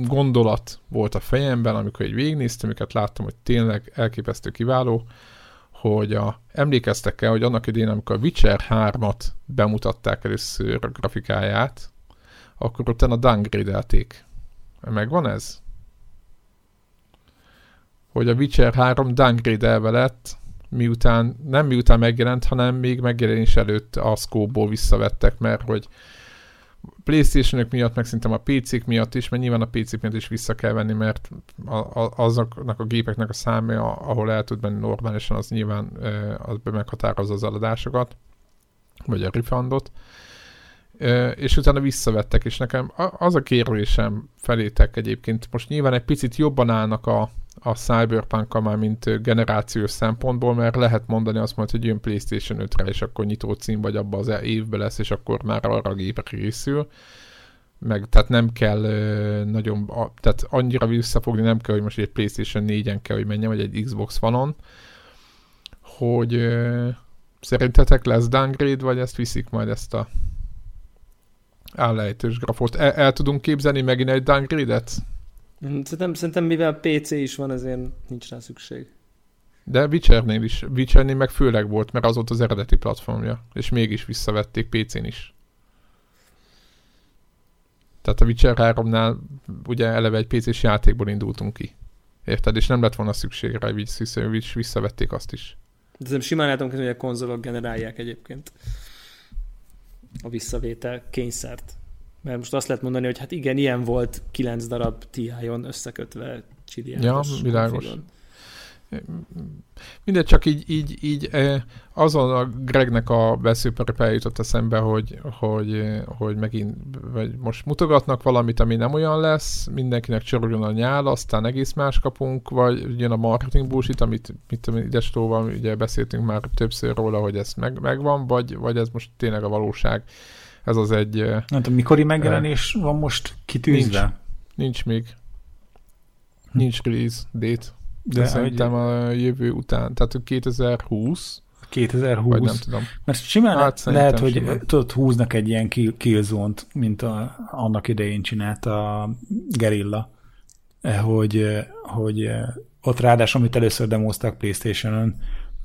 Speaker 1: gondolat volt a fejemben, amikor így végignéztem, amiket láttam, hogy tényleg elképesztő kiváló, hogy emlékeztek-e, hogy annak idején, amikor a Witcher 3-at bemutatták először a grafikáját, akkor utána downgrade-elték. Megvan ez? Hogy a Witcher 3 downgrade-elve lett, nem miután megjelent, hanem még megjelenés előtt a scope-ból visszavettek, mert hogy PlayStation-ök miatt, meg szerintem a PC-k miatt is, mert nyilván a PC-k miatt is vissza kell venni, mert azoknak a gépeknek a száma, ahol el tud menni normálisan, az nyilván az meghatározza az eladásokat, vagy a refundot. És utána visszavettek, és nekem az a kérdésem felétek egyébként, most nyilván egy picit jobban állnak a Cyberpunk-kal már, mint generációs szempontból, mert lehet mondani azt majd, hogy jön PlayStation 5-re, és akkor nyitó cím, vagy abban az évben lesz, és akkor már arra a gépre készül. Tehát nem kell tehát annyira visszafogni nem kell, hogy most egy PlayStation 4-en kell, hogy menjen, vagy egy Xbox One-on, hogy szerintetek lesz downgrade, vagy ezt viszik majd ezt a állejtős grafot. El tudunk képzelni megint egy downgrade-et?
Speaker 3: Szerintem mivel PC is van, ezért nincs rá szükség.
Speaker 1: De Witchernél meg főleg volt, mert az volt az eredeti platformja, és mégis visszavették PC-n is. Tehát a Witcher 3-nál ugye eleve egy PC-s játékból indultunk ki. Érted? És nem lett volna szükség rá, hogy visszavették azt is.
Speaker 3: De szerintem simán látom, hogy a konzolok generálják egyébként a visszavétel kényszert. Mert most azt lehet mondani, hogy hát igen, ilyen volt 9 darab TI-on összekötve csiliárdos.
Speaker 1: Ja, világos. Mindegy, csak így azon a Gregnek a beszélperepel jutott eszembe, hogy megint vagy most mutogatnak valamit, ami nem olyan lesz, mindenkinek csorogjon a nyál, aztán egész más kapunk, vagy jön a marketing bullshit, amit idestóval ugye beszéltünk már többször róla, hogy ez megvan, vagy ez most tényleg a valóság. Ez az egy...
Speaker 2: Nem tudom, mikori megjelenés van most kitűzve?
Speaker 1: Nincs még. Nincs release date. De szerintem a jövő után, tehát 2020.
Speaker 2: 2020.
Speaker 1: Vagy nem tudom.
Speaker 2: Mert simán lehet, hogy tudod, húznak egy ilyen Killzone-t, mint annak idején csinált a Guerrilla, hogy ott ráadásul, amit először demoztak PlayStation-on,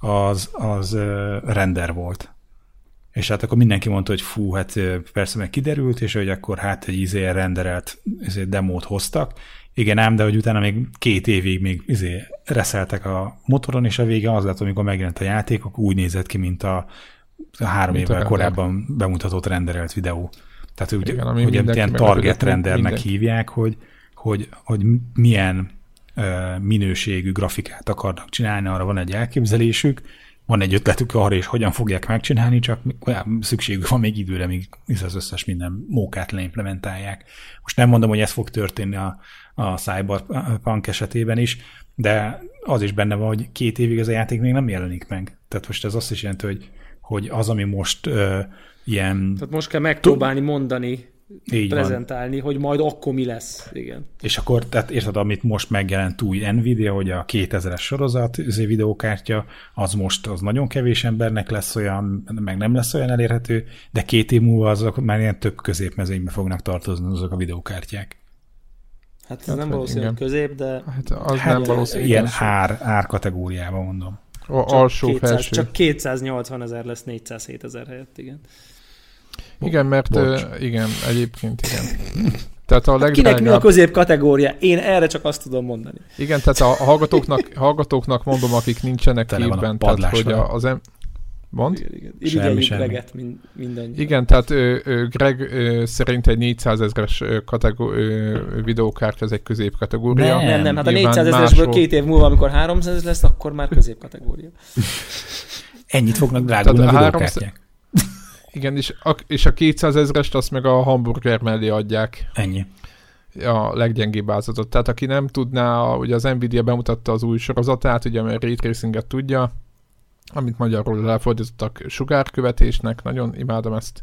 Speaker 2: az render volt. És hát akkor mindenki mondta, hogy fú, hát persze meg kiderült, és hogy akkor hát egy renderelt demót hoztak. Igen ám, de hogy utána még 2 évig még reszeltek a motoron, és a vége az lett, amikor megjelent a játék, akkor úgy nézett ki, mint a 3 évvel korábban bemutatott renderelt videó. Tehát hogy ilyen target rendernek hívják, hogy milyen minőségű grafikát akarnak csinálni, arra van egy elképzelésük, van egy ötletük arra, és hogyan fogják megcsinálni, csak szükségük van még időre, míg az összes minden mókát leimplementálják. Most nem mondom, hogy ez fog történni a Cyberpunk esetében is, de az is benne van, hogy 2 évig ez a játék még nem jelenik meg. Tehát most ez azt is jelenti, hogy az, ami most ilyen...
Speaker 3: Tehát most kell megpróbálni mondani, prezentálni, hogy majd akkor mi lesz. Igen.
Speaker 2: És akkor, tehát érted, amit most megjelent új Nvidia, hogy a 2000-es sorozat videókártya, az most az nagyon kevés embernek lesz olyan, meg nem lesz olyan elérhető, de 2 év múlva azok már ilyen több középmezőnybe fognak tartozni azok a videókártyák.
Speaker 3: Hát ez nem valószínűleg közép, de...
Speaker 1: Hát az nem valószínű.
Speaker 2: Ilyen ár kategóriában mondom.
Speaker 1: Alsó-felső.
Speaker 3: Csak 280 000 lesz 407 000 helyett, igen.
Speaker 1: Igen, mert igen, egyébként igen. Tehát a legdrágább...
Speaker 3: Kinek mi a közép kategória? Én erre csak azt tudom mondani.
Speaker 1: Igen, tehát a hallgatóknak mondom, akik nincsenek képben, tehát hogy az Mond?
Speaker 3: Semmi. Greget mindannyian.
Speaker 1: Igen, tehát Greg szerint egy 400 000-es videókártya, ez egy középkategória.
Speaker 3: Nem, hát a 400 000-esből 2 év múlva, amikor 300 000 lesz, akkor már középkategória.
Speaker 2: Ennyit fognak drágulni a videókártyák.
Speaker 1: Igen, és a 200 000-est azt meg a hamburger mellé adják.
Speaker 2: Ennyi.
Speaker 1: A leggyengébb állatot. Tehát aki nem tudná, ugye az Nvidia bemutatta az új sorozatát, ugye a Ray Tracinget tudja, amit magyarul elfordítottak sugárkövetésnek, nagyon imádom ezt,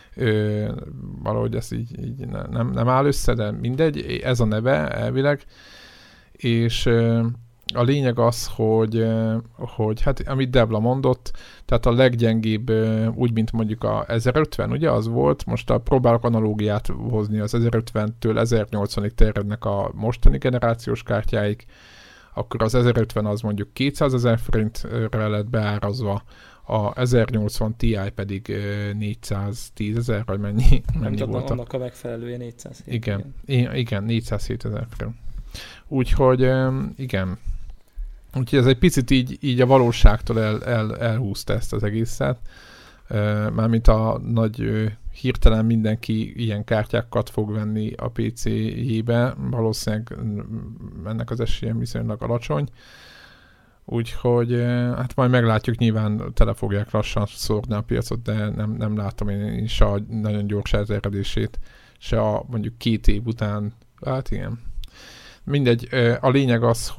Speaker 1: valahogy ez így nem áll össze, de mindegy, ez a neve elvileg, és a lényeg az, hogy hát amit Debla mondott, tehát a leggyengébb, úgy, mint mondjuk a 1050, ugye az volt, most próbálok analógiát hozni, az 1050-től 1080-ig terjednek a mostani generációs kártyáik, akkor az 1050 az mondjuk 200 000 forintra lett beárazva, a 1080 Ti pedig 410 000, vagy mennyi volt?
Speaker 3: Annak a megfelelője 407.
Speaker 1: Igen, 407 000 forint. Úgyhogy igen. Úgyhogy ez egy picit így a valóságtól elhúzta ezt az egészet. Mármint a nagy hirtelen mindenki ilyen kártyákat fog venni a PC-jébe, valószínűleg ennek az esélye viszonylag alacsony. Úgyhogy hát majd meglátjuk, nyilván tele fogják lassan szórni a piacot, de nem látom én is a nagyon gyors elterjedését, se a mondjuk 2 év után, hát igen. Mindegy, a lényeg az,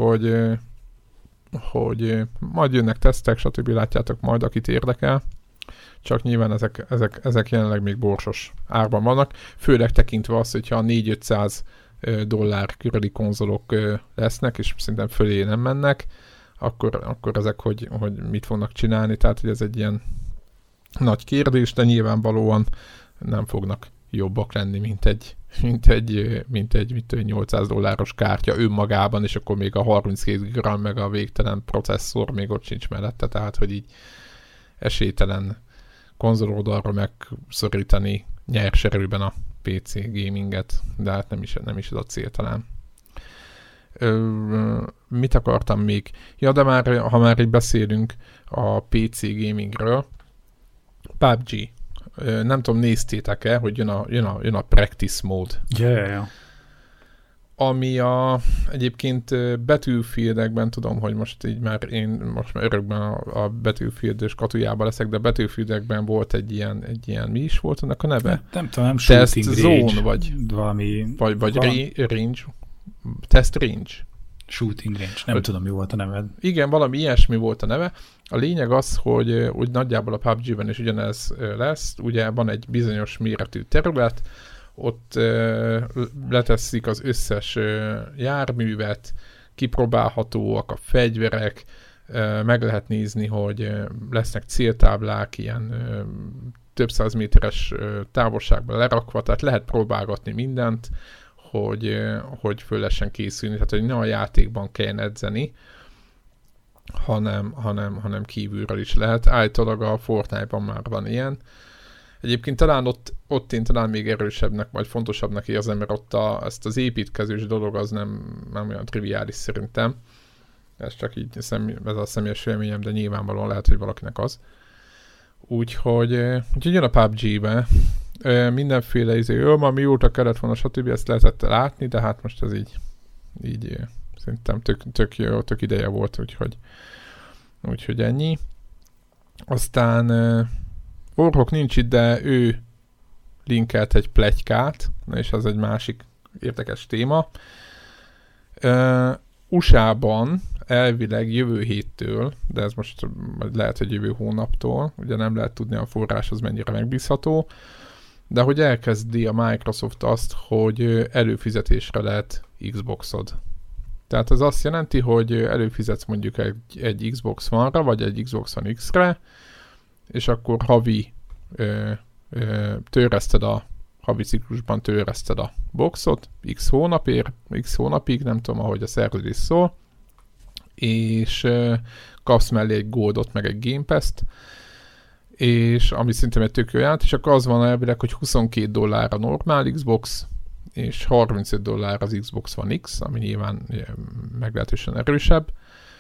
Speaker 1: hogy majd jönnek tesztek, stb. Látjátok majd, akit érdekel, csak nyilván ezek jelenleg még borsos árban vannak, főleg tekintve azt, hogyha a $400-500 körüli konzolok lesznek, és szerintem fölé nem mennek, akkor ezek, hogy mit fognak csinálni, tehát hogy ez egy ilyen nagy kérdés, de nyilvánvalóan nem fognak jobbak lenni, mint egy $800 kártya önmagában, és akkor még a 32 GB meg a végtelen processzor még ott sincs mellette, tehát hogy így esélytelen konzol oldalra megszorítani nyers erőben a PC gaminget, de hát nem is ez a cél talán. Mit akartam még? Ja, de ha már így beszélünk a PC gamingről, PUBG. Nem tudom, néztétek-e, hogy jön a practice mode.
Speaker 2: Yeah.
Speaker 1: Ami egyébként Battlefieldekben tudom, hogy most már örökben a Battlefield-ös katujában leszek, de Battlefieldekben volt egy ilyen, mi is volt annak a neve?
Speaker 2: Nem tudom,
Speaker 1: Test
Speaker 2: Shooting
Speaker 1: Zone,
Speaker 2: Range, valami...
Speaker 1: Vagy range. Test Range.
Speaker 2: Shooting Range, nem tudom, mi volt a neved.
Speaker 1: Igen, valami ilyesmi volt a neve. A lényeg az, hogy nagyjából a PUBG-ben is ugyanez lesz. Ugye van egy bizonyos méretű terület, ott leteszik az összes járművet, kipróbálhatóak a fegyverek, meg lehet nézni, hogy lesznek céltáblák, ilyen több 100 méteres távolságban lerakva, tehát lehet próbálgatni mindent, hogy föl lehessen készülni, tehát hogy ne a játékban kelljen edzeni, hanem kívülről is lehet. Állítólag a Fortnite-ban már van ilyen. Egyébként talán ott én talán még erősebbnek, vagy fontosabbnak érzem, mert ott ezt az építkezős dolog az nem olyan triviális szerintem. Ez csak így, ez a személyes véleményem, de nyilvánvalóan lehet, hogy valakinek az. Úgyhogy jön a PUBG-be. Mindenféle már mióta kellett volna, stb. Ezt lehetett látni, de hát most ez így szerintem tök jó, tök ideje volt, úgyhogy ennyi. Aztán Warhawk nincs itt, de ő linkelt egy pletykát, és az egy másik érdekes téma. USA-ban elvileg jövő héttől, de ez most lehet, hogy jövő hónaptól, ugye nem lehet tudni a forrás az mennyire megbízható, de hogy elkezdi a Microsoft azt, hogy előfizetésre lehet Xboxod. Tehát ez azt jelenti, hogy előfizetsz mondjuk egy Xbox One-ra, vagy egy Xbox One X-re, és akkor havi havi ciklusban törreszted a boxot, x hónapig, nem tudom, ahogy a szerződés szól, és kapsz mellé egy Goldot, meg egy Game Pass-t, és ami szintén egy tök jó jelent, és akkor az van elvileg, hogy $22 a normál Xbox, és $35 az Xbox One X, ami nyilván meglehetősen erősebb.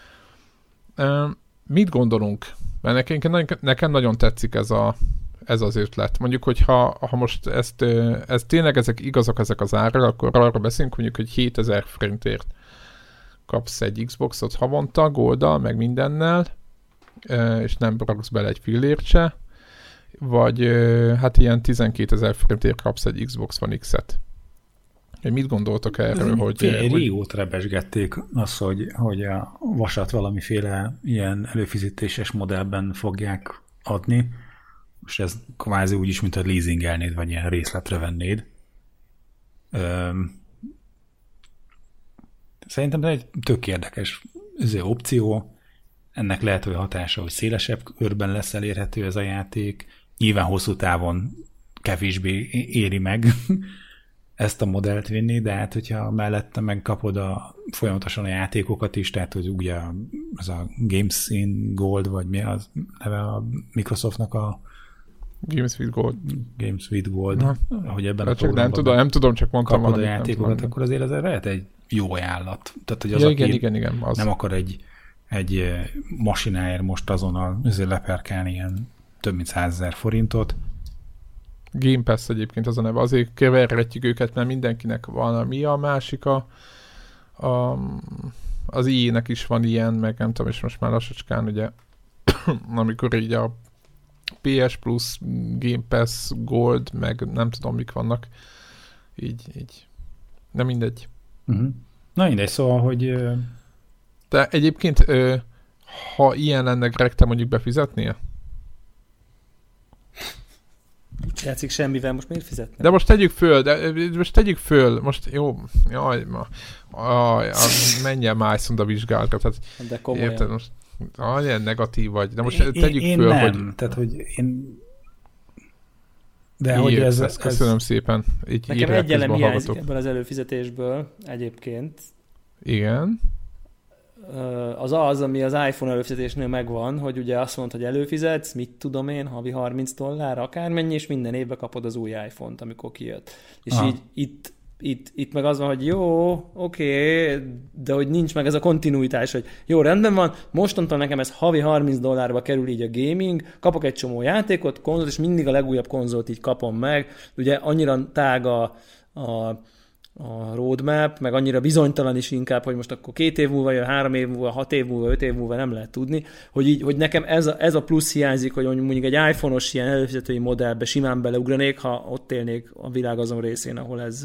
Speaker 1: Mit gondolunk? Mert nekem nagyon tetszik ez az ötlet. Mondjuk, hogyha most ez tényleg igazak ezek az árak, akkor arra beszélünk, mondjuk, hogy 7000 forintért kapsz egy Xboxot havonta, Golddal, meg mindennel, és nem raksz bele egy fillért se, vagy hát ilyen 12 000 forintért kapsz egy Xbox One X-et. Mit gondoltok erről? Hogy
Speaker 2: régóta rebesgették azt, hogy a vasat valamiféle ilyen előfizetéses modellben fogják adni. Most ez kvázi úgyis, mint a leasingelnéd, vagy ilyen részletre vennéd. Szerintem ez egy tök érdekes opció. Ennek lehet, hogy hatása, hogy szélesebb körben lesz elérhető ez a játék. Nyilván hosszú távon kevésbé éri meg ezt a modellt vinni, de hát hogyha mellette megkapod folyamatosan a játékokat is, tehát hogy ugye az a Games in Gold, vagy mi az neve a Microsoftnak a
Speaker 1: Games with Gold.
Speaker 2: Games with Gold, ahogy ebben a
Speaker 1: programban nem tudom, csak mondtam
Speaker 2: kapod a játékokat, akkor azért ez lehet egy jó ajánlat. Tehát, hogy az,
Speaker 1: igen, az.
Speaker 2: Nem akar egy masináért most azonnal leperkálni ilyen több mint 100 000 forintot.
Speaker 1: Game Pass egyébként az a neve. Azért keverhetjük őket, mert mindenkinek van a másik az EA-nek is van ilyen, meg nem tudom, és most már lassacskán ugye amikor így a PS Plus, Game Pass, Gold, meg nem tudom mik vannak. Így. Nem mindegy.
Speaker 2: Uh-huh. Na mindegy, szóval, hogy...
Speaker 1: De egyébként, ha ilyen lenne, Greg, te mondjuk befizetnél?
Speaker 3: Úgy játszik semmivel, most miért fizetnek?
Speaker 1: De most tegyük föl, most jó, jaj, menjen már a vizsgálatra. Tehát,
Speaker 3: de komolyan.
Speaker 1: Érted, most ilyen negatív vagy. De most tegyük
Speaker 2: én
Speaker 1: föl,
Speaker 2: nem.
Speaker 1: hogy...
Speaker 2: Tehát, hogy én... De hogy ez...
Speaker 1: Köszönöm szépen. Így
Speaker 3: nekem egy elem hiányzik ebből az előfizetésből egyébként.
Speaker 1: Igen.
Speaker 3: Az, ami az iPhone előfizetésnél megvan, hogy ugye azt mondod, hogy előfizetsz, mit tudom én, havi $30, akármennyi, és minden évben kapod az új iPhone-t, amikor kijött. És így itt meg az van, hogy jó, oké, de hogy nincs meg ez a kontinuitás, hogy jó, rendben van, mostantól nekem ez havi $30 kerül így a gaming, kapok egy csomó játékot, konzolt, és mindig a legújabb konzolt így kapom meg. Ugye annyira tág a roadmap, meg annyira bizonytalan is inkább, hogy most akkor 2 év múlva, 3 év múlva, 6 év múlva, 5 év múlva nem lehet tudni, hogy nekem ez a plusz hiányzik, hogy mondjuk egy iPhone-os ilyen előfizetői modellbe simán beleugranék, ha ott élnék a világ azon részén, ahol ez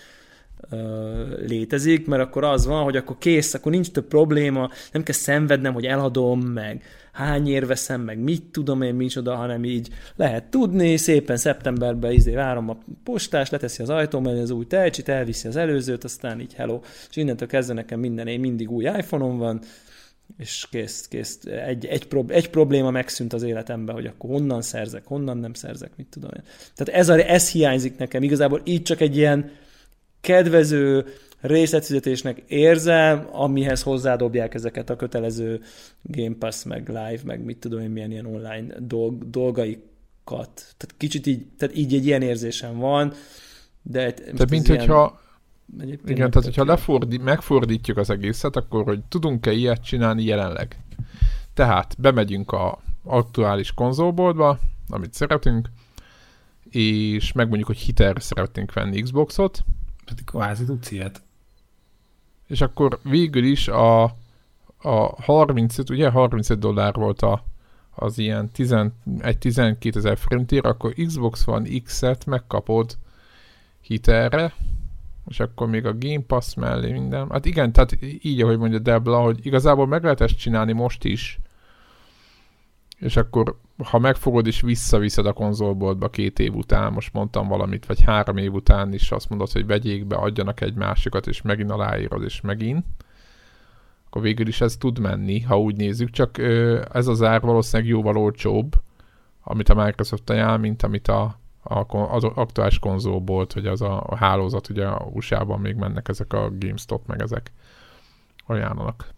Speaker 3: létezik, mert akkor az van, hogy akkor kész, akkor nincs több probléma, nem kell szenvednem, hogy eladom, meg hányért veszem, meg mit tudom én, micsoda, hanem így lehet tudni, szépen szeptemberben várom a postás, leteszi az ajtón, mert az új telcsit, elviszi az előzőt, aztán így hello, és innentől kezdve nekem mindig új iPhone-om van, és kész. Egy probléma megszűnt az életemben, hogy akkor honnan szerzek, honnan nem szerzek, mit tudom én. Tehát ez hiányzik nekem, igazából így csak egy ilyen kedvező részletfizetésnek érzem, amihez hozzádobják ezeket a kötelező Game Pass, meg Live, meg mit tudom én, milyen ilyen online dolgaikat. Tehát kicsit így egy ilyen érzésem van, de
Speaker 1: mint hogyha igen, tehát hogyha megfordítjuk az egészet, akkor hogy tudunk-e ilyet csinálni jelenleg? Tehát bemegyünk az aktuális konzolboltba, amit szeretünk, és megmondjuk, hogy hitelre szeretnénk venni Xboxot,
Speaker 2: pedig kvázi tudsz ilyet.
Speaker 1: És akkor végül is a 35, ugye $35 volt az ilyen 12,000 forintért, akkor Xbox One X-et megkapod hitelre, és akkor még a Game Pass mellé minden. Hát igen, tehát így, ahogy mondja Debla, hogy igazából meg lehet ezt csinálni most is, és akkor ha megfogod és visszaviszed a konzolboltba 2 év után, most mondtam valamit, vagy 3 év után is azt mondod, hogy vegyék be, adjanak egy másikat, és megint aláírod, és megint, akkor végül is ez tud menni, ha úgy nézzük, csak ez az ár valószínűleg jóval olcsóbb, amit a Microsoft ajánl, mint amit az aktuális konzolbolt, hogy az a hálózat, ugye a USA-ban még mennek ezek a GameStop, meg ezek ajánlanak.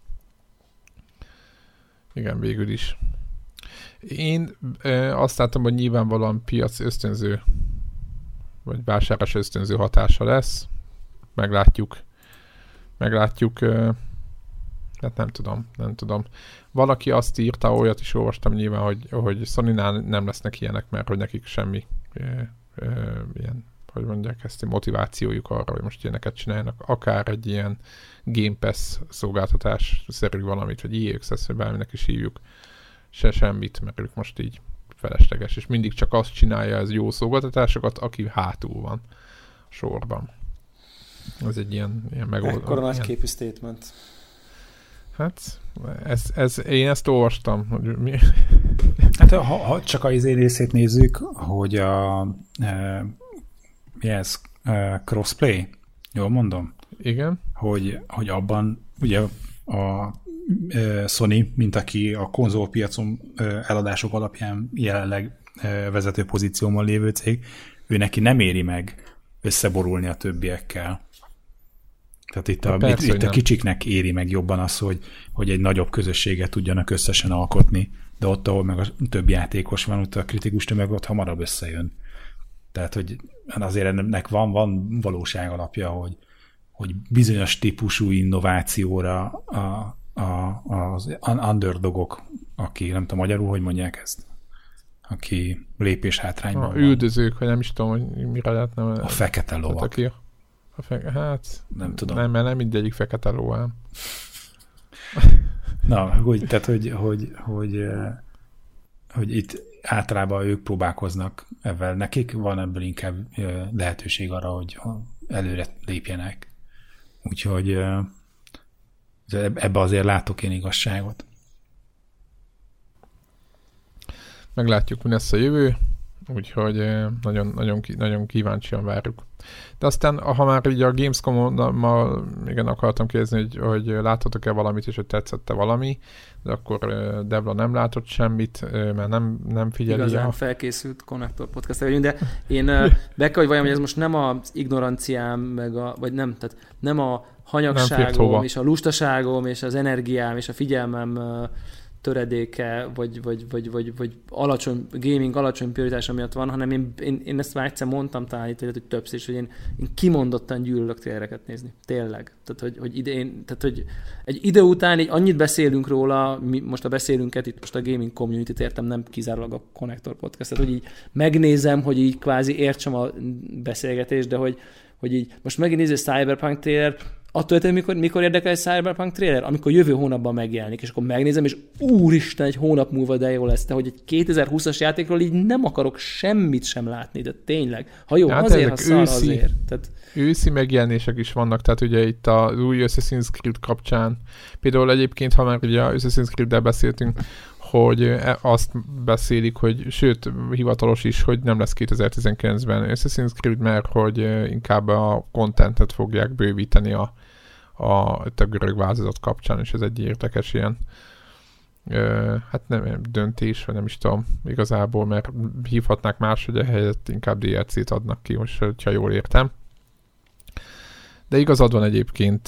Speaker 1: Igen, végül is. Én azt látom, hogy nyilvánvalóan piac ösztönző, vagy vásárlás ösztönző hatása lesz. Meglátjuk. Hát nem tudom. Valaki azt írta, olyat is olvastam nyilván, hogy Sony-nál nem lesznek ilyenek, mert hogy nekik semmi ilyen, hogy mondják ezt, motivációjuk arra, hogy most ilyeneket csináljanak. Akár egy ilyen Game Pass szolgáltatás-szerű valamit, vagy EA Access, vagy bárminek is hívjuk. Semmit, mert ők most így felesleges, és mindig csak azt csinálja ez jó szolgáltatásokat, aki hátul van a sorban. Ez egy ilyen megoldás.
Speaker 3: Ekkora nagy képű statement.
Speaker 1: Hát, én ezt olvastam. Hogy mi...
Speaker 2: Hát ha csak az részét nézzük, hogy crossplay, jól mondom?
Speaker 1: Igen.
Speaker 2: Hogy abban ugye a Sony, mint aki a konzolpiacon eladások alapján jelenleg vezető pozícióban lévő cég, ő neki nem éri meg összeborulni a többiekkel. Tehát itt a kicsiknek éri meg jobban az, hogy egy nagyobb közösséget tudjanak összesen alkotni, de ott, ahol meg a több játékos van, ott a kritikus tömeg ott hamarabb összejön. Tehát, hogy azért ennek van valóság alapja, hogy bizonyos típusú innovációra az underdogok, aki, nem tudom magyarul, hogy mondják ezt, aki lépés hátrányban van.
Speaker 1: Üldözők, vagy nem is tudom, hogy mire lehetne.
Speaker 2: A fekete lovak.
Speaker 1: Hát
Speaker 2: nem tudom.
Speaker 1: Nem, mert nem mindegyik fekete ló ám.
Speaker 2: Na, tehát, hogy itt általában ők próbálkoznak ebben. Nekik van ebből inkább lehetőség arra, hogy előre lépjenek. Úgyhogy ebbe azért látok én igazságot.
Speaker 1: Meglátjuk, mi lesz a jövő, úgyhogy nagyon kíváncsian várjuk. De aztán, ha már így a Gamescom-mal igen akartam kérdezni, hogy láttatok-e valamit, és hogy tetszette valami, de akkor Debla nem látott semmit, mert nem figyeli.
Speaker 3: Igazán felkészült Connector podcast vagyunk, de én be kell, hogy valljam, hogy ez most nem az ignoranciám, vagy nem, tehát nem a hanyagságom, és a lustaságom, és az energiám, és a figyelmem töredéke, vagy alacsony, gaming alacsony prioritása miatt van, hanem én ezt már egyszer mondtam talán itt, hogy többször is, hogy én kimondottan gyűlölök trailereket nézni. Tényleg. Tehát, hogy egy idő után így annyit beszélünk róla, most a beszélünket, itt most a gaming community-t értem, nem kizárólag a Connector podcastet, hogy így megnézem, hogy így kvázi értsem a beszélgetést, de hogy így most megint néző Cyberpunk trailer, attól, hogy mikor érdekel egy Cyberpunk trailer? Amikor jövő hónapban megjelenik, és akkor megnézem, és úristen, egy hónap múlva de jó lesz, de hogy egy 2020-as játékról így nem akarok semmit sem látni, de tényleg. Ha jó, hát azért, ha szar, azért. Tehát...
Speaker 1: Őszi megjelenések is vannak, tehát ugye itt az új Assassin's Creed kapcsán, például egyébként, ha már ugye Assassin's Creed-del beszéltünk, hogy azt beszélik, hogy sőt, hivatalos is, hogy nem lesz 2019-ben Assassin's Creed, mert hogy inkább a contentet fogják bővíteni a görög változat kapcsán, és ez egy érdekes ilyen hát nem döntés, vagy nem is tudom igazából, mert hívhatnák máshogy, a helyet inkább DLC-t adnak ki, most, ha jól értem. De igazad van egyébként.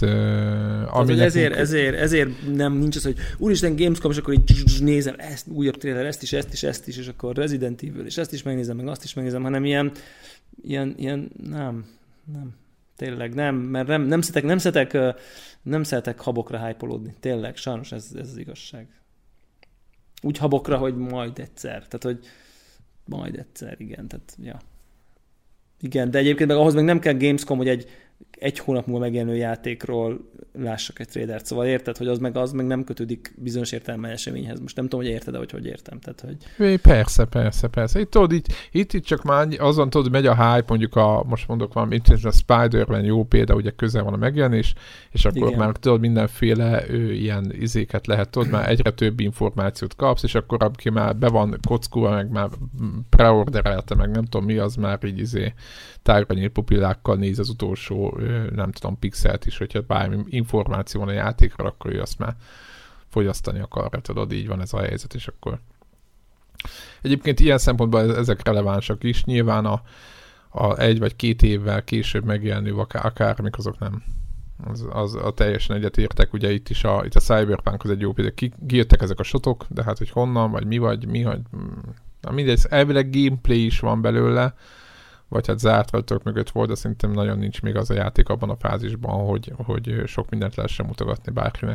Speaker 3: Ezért nem nincs az, hogy úristen Gamescom, és akkor így nézem ezt, újabb trailer, ezt is, és akkor Resident Evil, és ezt is megnézem, meg azt is megnézem, hanem ilyen nem. Tényleg nem, mert nem szeretek habokra hype-olódni. Tényleg, sajnos ez az igazság. Úgy habokra, hogy majd egyszer. Tehát, hogy majd egyszer, igen. Tehát, ja. Igen, de egyébként meg ahhoz meg nem kell Gamescom, hogy egy hónap múlva megjelenő játékról lássak egy trailert. Szóval érted, hogy az meg nem kötődik bizonyos értelemben eseményhez. Most nem tudom, hogy érted, hogy értem. Tehát, hogy...
Speaker 1: Persze. Itt csak már azon tudod, hogy megy a hype, mondjuk most mondok valami, a Spider-Man jó példa, ugye közel van a megjelenés, és akkor igen. Már tudod, mindenféle ilyen izéket lehet, tudod, már egyre több információt kapsz, és akkor aki már be van kockúva, meg már preorderelte, meg nem tudom mi, az már így tárgyra nyílt pupillákkal néz az utolsó, nem tudom, pixelt is, hogyha bármi információ van a játékra, akkor ő azt már fogyasztani akarja, tudod, így van ez a helyzet, és akkor egyébként ilyen szempontból ezek relevánsak is, nyilván a 1 vagy 2 évvel később megjelenő akármik, azok nem. Az teljesen egyetértek, ugye itt a Cyberpunk az egy jó példa, kijöttek ezek a shotok, de hát hogy honnan, vagy mi, na mindegy, elvileg gameplay is van belőle, vagy hát zárt ajtók mögött volt, de szerintem nagyon nincs még az a játék abban a fázisban, hogy sok mindent lehessen mutogatni bárkinek.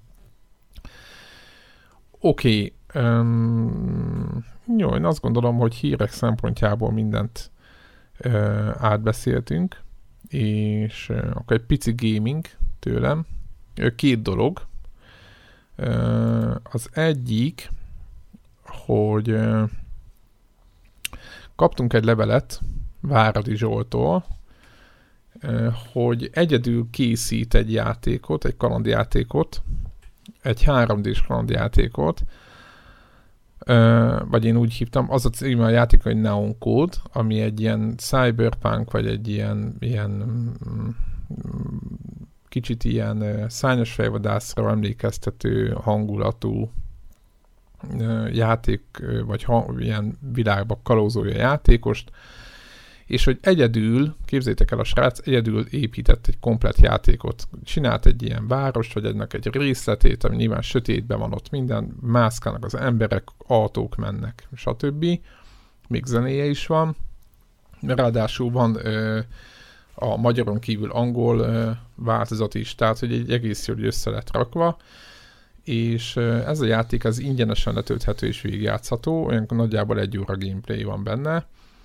Speaker 1: Oké. Jó, én azt gondolom, hogy hírek szempontjából mindent átbeszéltünk, és akkor egy pici gaming tőlem. 2 dolog. Az egyik, hogy kaptunk egy levelet Váradi Zsoltól, hogy egyedül készít egy játékot, egy kalandjátékot, egy 3D-s kalandjátékot, vagy én úgy hívtam, az a címe a játék, hogy Neon Code, ami egy ilyen cyberpunk, vagy egy ilyen kicsit ilyen szárnyas fejvadászra emlékeztető hangulatú játék, vagy ilyen világba kalózolja játékost, és hogy egyedül, képzeljétek el, a srác egyedül épített egy komplett játékot. Csinált egy ilyen várost, vagy ennek egy részletét, ami nyilván sötétben van ott minden, mászkálnak az emberek, autók mennek, stb. Még zenéje is van. Ráadásul van a magyaron kívül angol változat is, tehát hogy egy egész jól össze lett rakva, és ez a játék az ingyenesen letölthető és végigjátszható, olyan nagyjából 1 óra gameplay van benne,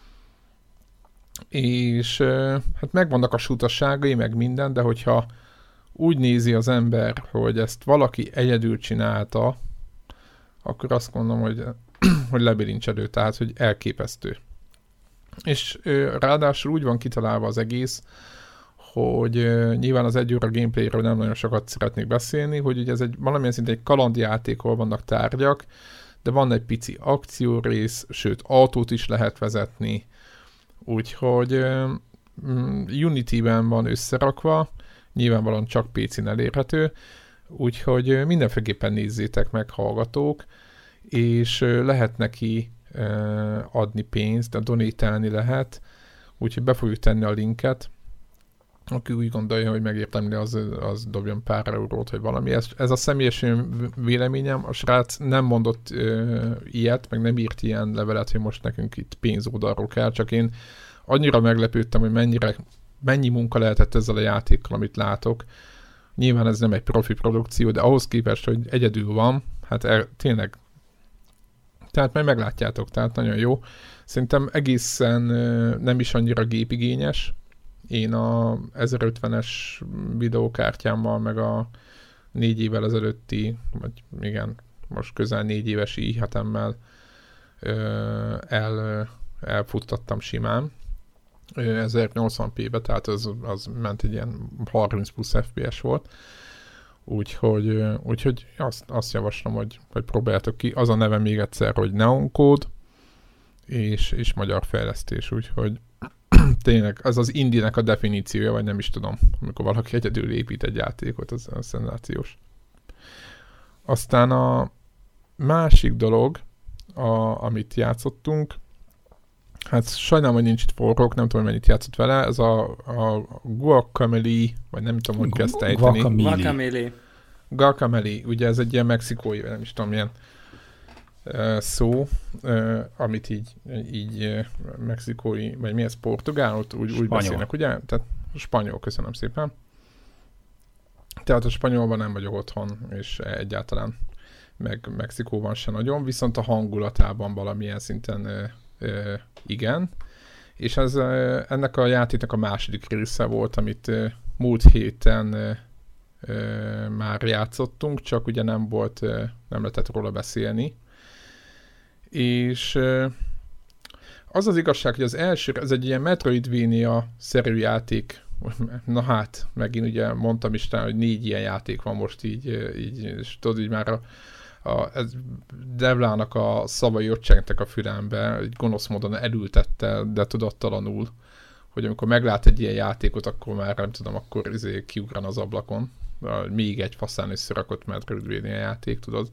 Speaker 1: és hát megvannak a sutasságai, meg minden, de hogyha úgy nézi az ember, hogy ezt valaki egyedül csinálta, akkor azt mondom, hogy lebilincselő, tehát hogy elképesztő. És ráadásul úgy van kitalálva az egész, hogy nyilván az 1 óra gameplayről nem nagyon sokat szeretnék beszélni, hogy ugye ez valamilyen szinten egy kalandjáték, ahol vannak tárgyak, de van egy pici akciórész, sőt autót is lehet vezetni, úgyhogy Unity-ben van összerakva, nyilvánvalóan csak PC-n elérhető, úgyhogy mindenféleképpen nézzétek meg, hallgatók, és lehet neki adni pénzt, de donatálni lehet, úgyhogy be fogjuk tenni a linket. Aki úgy gondolja, hogy megértemli, az dobjon pár eurót, vagy valami. Ez a személyes véleményem. A srác nem mondott ilyet, meg nem írt ilyen levelet, hogy most nekünk itt pénzoldalról kell, csak én annyira meglepődtem, hogy mennyi munka lehetett ezzel a játékkal, amit látok. Nyilván ez nem egy profi produkció, de ahhoz képest, hogy egyedül van, hát tényleg. Tehát majd meglátjátok, tehát nagyon jó. Szerintem egészen nem is annyira gépigényes. Én a 1050-es videókártyámmal, meg a 4 évvel ezelőtti, vagy igen, most közel 4 éves i7-emmel elfuttattam simán. 1080p-be, tehát az ment egy ilyen 30 plusz FPS volt. Úgyhogy azt javaslom, hogy próbáljátok ki. Az a neve még egyszer, hogy Neon Code, és magyar fejlesztés, úgyhogy tényleg az az indie-nek a definíciója, vagy nem is tudom, amikor valaki egyedül épít egy játékot, az szenzációs. Aztán a másik dolog, amit játszottunk, hát sajnálom, hogy nincs itt forrók, nem tudom, hogy mennyit játszott vele, ez a Guacamole, vagy nem tudom, hogy kell ezt ejteni. Guacamole, ugye ez egy ilyen mexikói, vagy nem is tudom, milyen szó, amit így mexikói, vagy mi ez, portugálot, úgy beszélnek, ugye? Tehát spanyol, köszönöm szépen. Tehát a spanyolban nem vagyok otthon, és egyáltalán meg Mexikóban se nagyon, viszont a hangulatában valamilyen szinten igen. És ez ennek a játéknak a második része volt, amit múlt héten már játszottunk, csak ugye nem lehetett róla beszélni. És az az igazság, hogy az első, ez egy ilyen Metroidvania-szerű játék. Na hát, megint ugye mondtam is talán, hogy 4 ilyen játék van most így és tudod, így már ez Devlának a szavai ott csengtek a fülembe, egy gonosz módon elültette, de tudattalanul, hogy amikor meglát egy ilyen játékot, akkor már nem tudom, akkor kiugran az ablakon. Még egy faszán összerakott Metroidvania játék, tudod.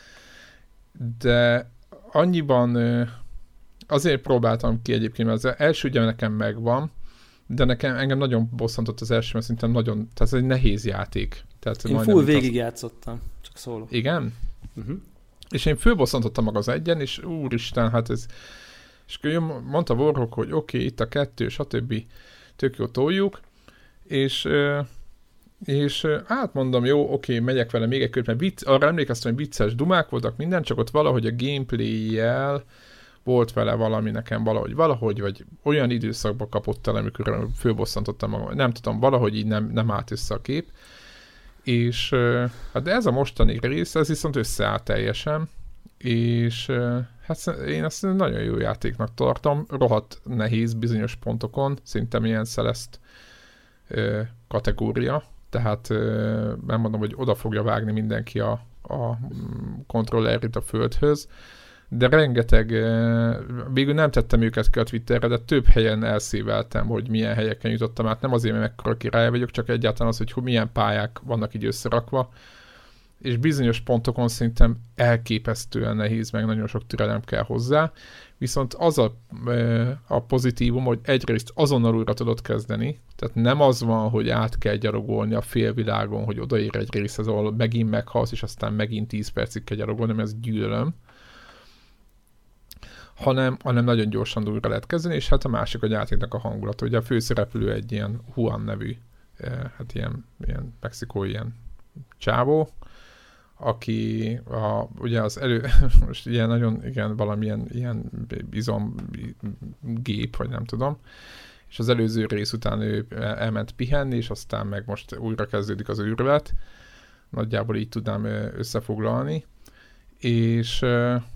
Speaker 1: De annyiban azért próbáltam ki egyébként, mert az első ugye nekem megvan, de engem nagyon bosszantott az első, mert szerintem nagyon, tehát ez egy nehéz játék. Tehát
Speaker 3: én full végig játszottam, csak szólok.
Speaker 1: Igen? Uh-huh. És én fölbosszantottam maga az egyen, és úristen, hát ez, és mondta Warhawk, hogy oké, itt a 2, stb. Tök jó, toljuk, és hát mondom, jó, oké, megyek vele még egy kört, mert arra emlékeztem, hogy vicces dumák voltak minden, csak ott valahogy a gameplay-jel volt vele valami nekem valahogy, vagy olyan időszakba kapott el, amikor fölbosszantottam magam, nem tudom, valahogy így nem állt össze a kép, és hát de ez a mostani rész, ez viszont összeállt teljesen, és hát én ezt nagyon jó játéknak tartom, rohadt nehéz bizonyos pontokon, szinte ilyen Celeste kategória, tehát nem mondom, hogy oda fogja vágni mindenki a kontrollerit a földhöz, de rengeteg, végül nem tettem őket ki a Twitterre, de több helyen elszíveltem, hogy milyen helyeken jutottam át, nem azért, mert mekkora király vagyok, csak egyáltalán az, hogy milyen pályák vannak így összerakva, és bizonyos pontokon szerintem elképesztően nehéz, meg nagyon sok türelem kell hozzá, viszont az a pozitívum, hogy egyrészt azonnal újra tudod kezdeni, tehát nem az van, hogy át kell gyalogolni a félvilágon, hogy odaér egy részhez, ahol megint meghalsz, és aztán megint 10 percig kell gyalogolni, mert ez gyűlölöm, hanem nagyon gyorsan újra lehet kezdeni, és hát a másik a játéknak a hangulata. Ugye a főszereplő egy ilyen Juan nevű, hát ilyen mexikói ilyen csávó, aki ugye az most ilyen nagyon, igen, valamilyen ilyen izomgép, vagy nem tudom, és az előző rész után ő elment pihenni, és aztán meg most újra kezdődik az őrület. Nagyjából így tudnám összefoglalni. És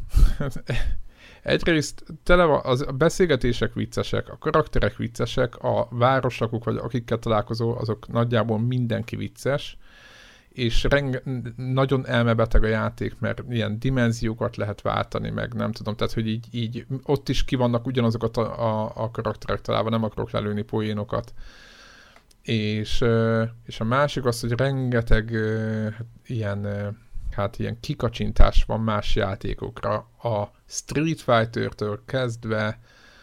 Speaker 1: egyrészt a beszélgetések viccesek, a karakterek viccesek, a városlakók, vagy akikkel találkozol, azok nagyjából mindenki vicces, és nagyon elmebeteg a játék, mert ilyen dimenziókat lehet váltani, meg nem tudom, tehát hogy így ott is ki vannak ugyanazokat a karakterek találva, nem akarok lelőni poénokat. És a másik az, hogy rengeteg ilyen kikacsintás van más játékokra. A Street Fighter-től kezdve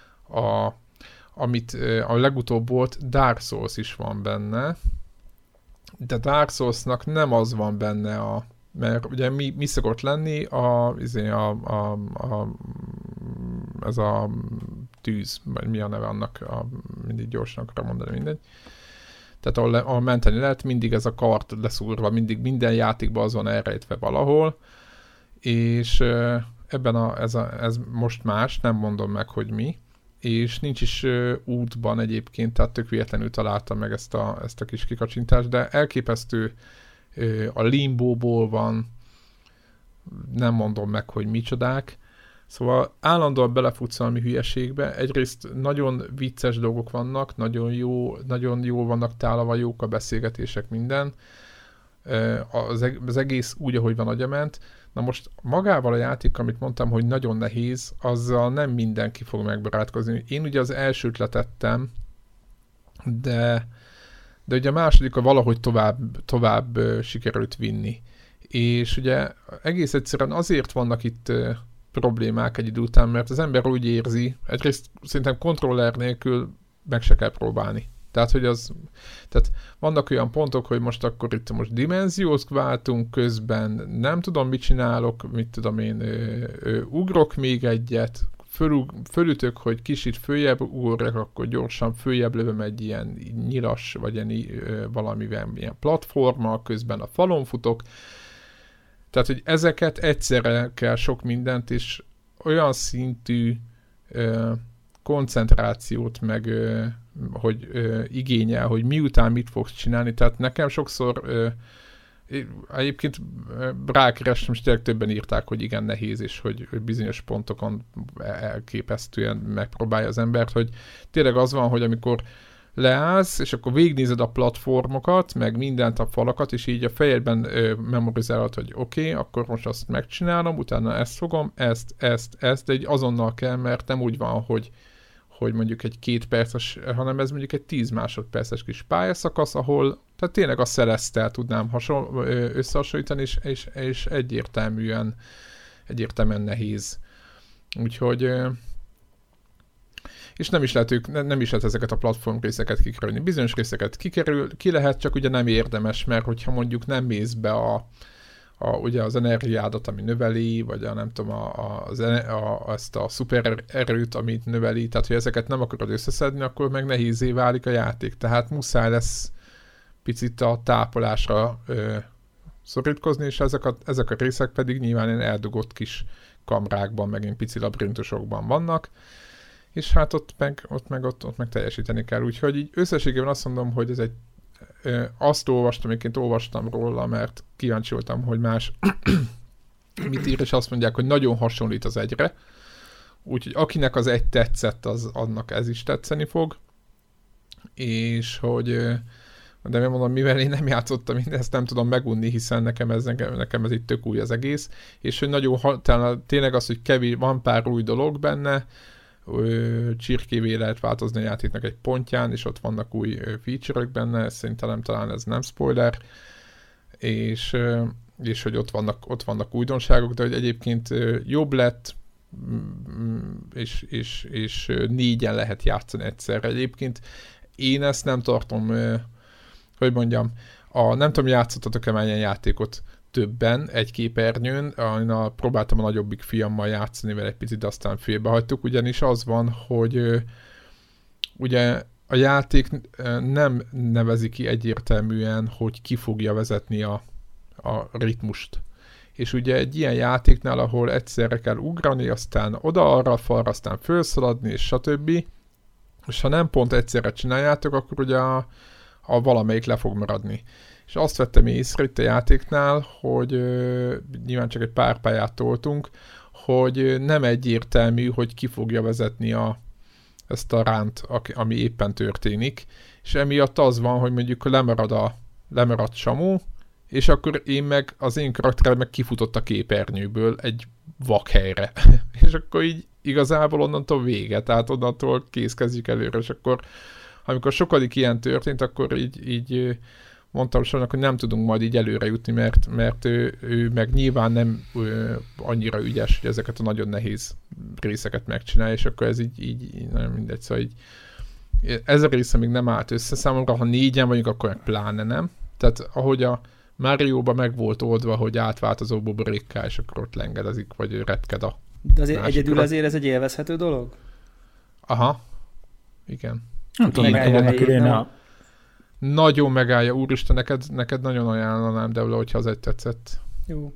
Speaker 1: amit a legutóbb volt, Dark Souls is van benne, de Dark Souls-nak nem az van benne mert ugye mi szokott lenni ez a tűz, vagy mi a neve annak, mindig gyorsan akarom mondani, mindegy. Tehát ahol menteni lehet, mindig ez a kart leszúrva, mindig minden játékban az van elrejtve valahol, és ebben ez most más, nem mondom meg, hogy mi, és nincs is útban egyébként, tehát tök véletlenül találtam meg ezt a kis kikacsintást, de elképesztő, a Limbo-ból van, nem mondom meg, hogy micsodák, szóval állandóan belefutsz valami hülyeségbe, egyrészt nagyon vicces dolgok vannak, nagyon jó vannak tálalva, jók a beszélgetések, minden, az egész úgy, ahogy van, agyament. Na most magával a játék, amit mondtam, hogy nagyon nehéz, azzal nem mindenki fog megbarátkozni. Én ugye az elsőt letettem, de ugye a második valahogy tovább sikerült vinni. És ugye egész egyszerűen azért vannak itt problémák egy idő után, mert az ember úgy érzi, egyrészt szerintem kontroller nélkül meg se kell próbálni. Tehát vannak olyan pontok, hogy most akkor itt dimenziót váltunk közben, nem tudom, mit csinálok, mit tudom én, ugrok még egyet, fölütök, hogy kicsit följebb ugorjak, akkor gyorsan följebb lövöm egy ilyen nyilas, vagy valamivel ilyen platformmal, közben a falon futok. Tehát, hogy ezeket egyszerre kell sok mindent, és olyan szintű koncentrációt meg hogy igényel, hogy miután mit fogsz csinálni. Tehát nekem sokszor egyébként rákerestem, és tényleg többen írták, hogy igen nehéz, és hogy bizonyos pontokon elképesztően megpróbálja az embert, hogy tényleg az van, hogy amikor leállsz, és akkor végignézed a platformokat, meg mindent, a falakat, és így a fejedben memorizálod, hogy oké, akkor most azt megcsinálom, utána ezt fogom, ezt, de így azonnal kell, mert nem úgy van, hogy mondjuk egy 2 perces, hanem ez mondjuk egy 10 másodperces kis pályaszakasz, ahol tehát tényleg a Celeste-tel tudnám összehasonlítani, és egyértelműen nehéz. Úgyhogy és nem is lehet ezeket a platform részeket kikerülni. Bizonyos részeket ki lehet, csak ugye nem érdemes, mert hogyha mondjuk nem mész be ugye az energiádat, ami növeli, vagy nem tudom, ezt a szupererőt, amit növeli, tehát hogy ezeket nem akarod összeszedni, akkor meg nehézé válik a játék. Tehát muszáj lesz picit a tápolásra szorítkozni, és ezek a részek pedig nyilván ilyen eldugott kis kamrákban, meg ilyen pici labirintusokban vannak, és hát ott meg teljesíteni kell. Úgyhogy így összességében azt mondom, hogy ez egy azt olvastam róla, mert kíváncsi voltam, hogy más mit ír, és azt mondják, hogy nagyon hasonlít az egyre. Úgyhogy akinek az egy tetszett, annak ez is tetszeni fog. És hogy de én mondom, mivel én nem játszottam ezt nem tudom megunni, hiszen nekem ez itt tök új az egész. És hogy nagyon tényleg az, hogy kevés, van pár új dolog benne, csirkévé lehet változni a játéknak egy pontján, és ott vannak új feature-ök benne, szerintem talán ez nem spoiler, és és hogy ott vannak újdonságok, de hogy egyébként jobb lett, és 4-en lehet játszani egyszerre. Egyébként én ezt nem tartom, hogy mondjam, nem tudom, játszottatok-e már ilyen játékot többen egy képernyőn, én próbáltam a nagyobbik fiammal játszani vele egy picit, de aztán félbehagytuk, ugyanis az van, hogy ugye a játék nem nevezi ki egyértelműen, hogy ki fogja vezetni a ritmust. És ugye egy ilyen játéknál, ahol egyszerre kell ugrani, aztán oda-arra a falra, aztán felszaladni, és stb. És ha nem pont egyszerre csináljátok, akkor ugye a valamelyik le fog maradni. És azt vettem észre itt a játéknál, hogy nyilván csak egy pár pályát toltunk, hogy nem egyértelmű, hogy ki fogja vezetni ezt a ránt, ami éppen történik. És emiatt az van, hogy mondjuk lemarad Samu, és akkor az én karakterem meg kifutott a képernyőből egy vakhelyre. És akkor így igazából onnantól vége, tehát onnantól készkezzük előre, és akkor amikor sokadik ilyen történt, akkor így mondtam Samunak, hogy nem tudunk majd így előre jutni, mert ő meg nyilván nem annyira ügyes, hogy ezeket a nagyon nehéz részeket megcsinálja, és akkor ez így nagyon mindegy, szóval így ez a része még nem állt össze számomra, ha 4-en vagyunk, akkor meg pláne nem. Tehát ahogy a Mario-ban meg volt oldva, hogy átváltozó buborékká, és akkor ott lengedezik, vagy repked a
Speaker 3: De azért másikra. Egyedül azért ez egy élvezhető dolog?
Speaker 1: Aha. Igen.
Speaker 2: Nem tudom, nekem
Speaker 1: nagyon megállja, úristen, neked nagyon ajánlanám, de hogyha az egy tetszett.
Speaker 3: Jó.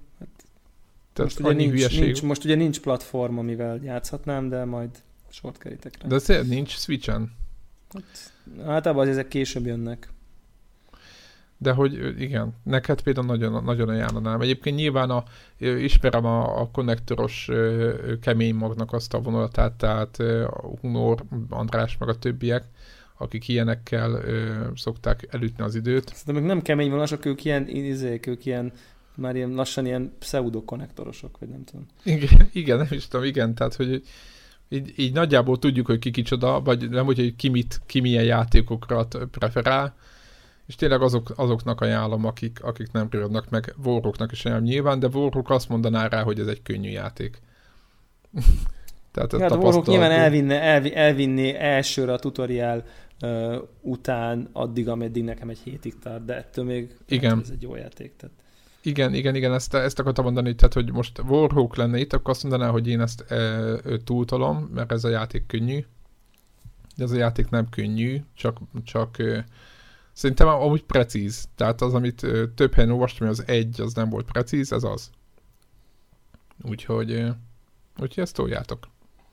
Speaker 3: Hát most ugye nincs platform, amivel játszhatnám, de majd sort kerítek rá.
Speaker 1: De azért nincs Switchen?
Speaker 3: Hát, általában azért ezek később jönnek.
Speaker 1: De hogy igen, neked például nagyon, nagyon ajánlanám. Egyébként nyilván ismerem a konnektoros kemény magnak azt a vonulatát, tehát Hunor, András meg a többiek, akik ilyenekkel szokták elütni az időt.
Speaker 3: Szerintem még nem kemény vonalasok, ők ilyen már ilyen lassan ilyen pseudo-konnektorosok, vagy nem tudom.
Speaker 1: Igen, nem is tudom, igen, tehát hogy így nagyjából tudjuk, hogy ki kicsoda, vagy nem úgy, hogy ki milyen játékokra preferál, és tényleg azoknak ajánlom, akik nem rőrnek meg, Warhawknak is ajánlom nyilván, de Warhawk azt mondaná rá, hogy ez egy könnyű játék.
Speaker 3: Tehát a Warhawk nyilván elvinné elsőre a tutoriál után addig, ameddig nekem egy hétig tart, de ettől még ez egy jó játék. Tehát.
Speaker 1: Igen, ezt akartam mondani, tehát, hogy most Warhawk lenne itt, akkor azt mondaná, hogy én ezt túltolom, mert ez a játék könnyű. De ez a játék nem könnyű, csak szerintem amúgy precíz. Tehát az, amit több helyen olvastam, hogy az az nem volt precíz, ez az. Úgyhogy ezt toljátok.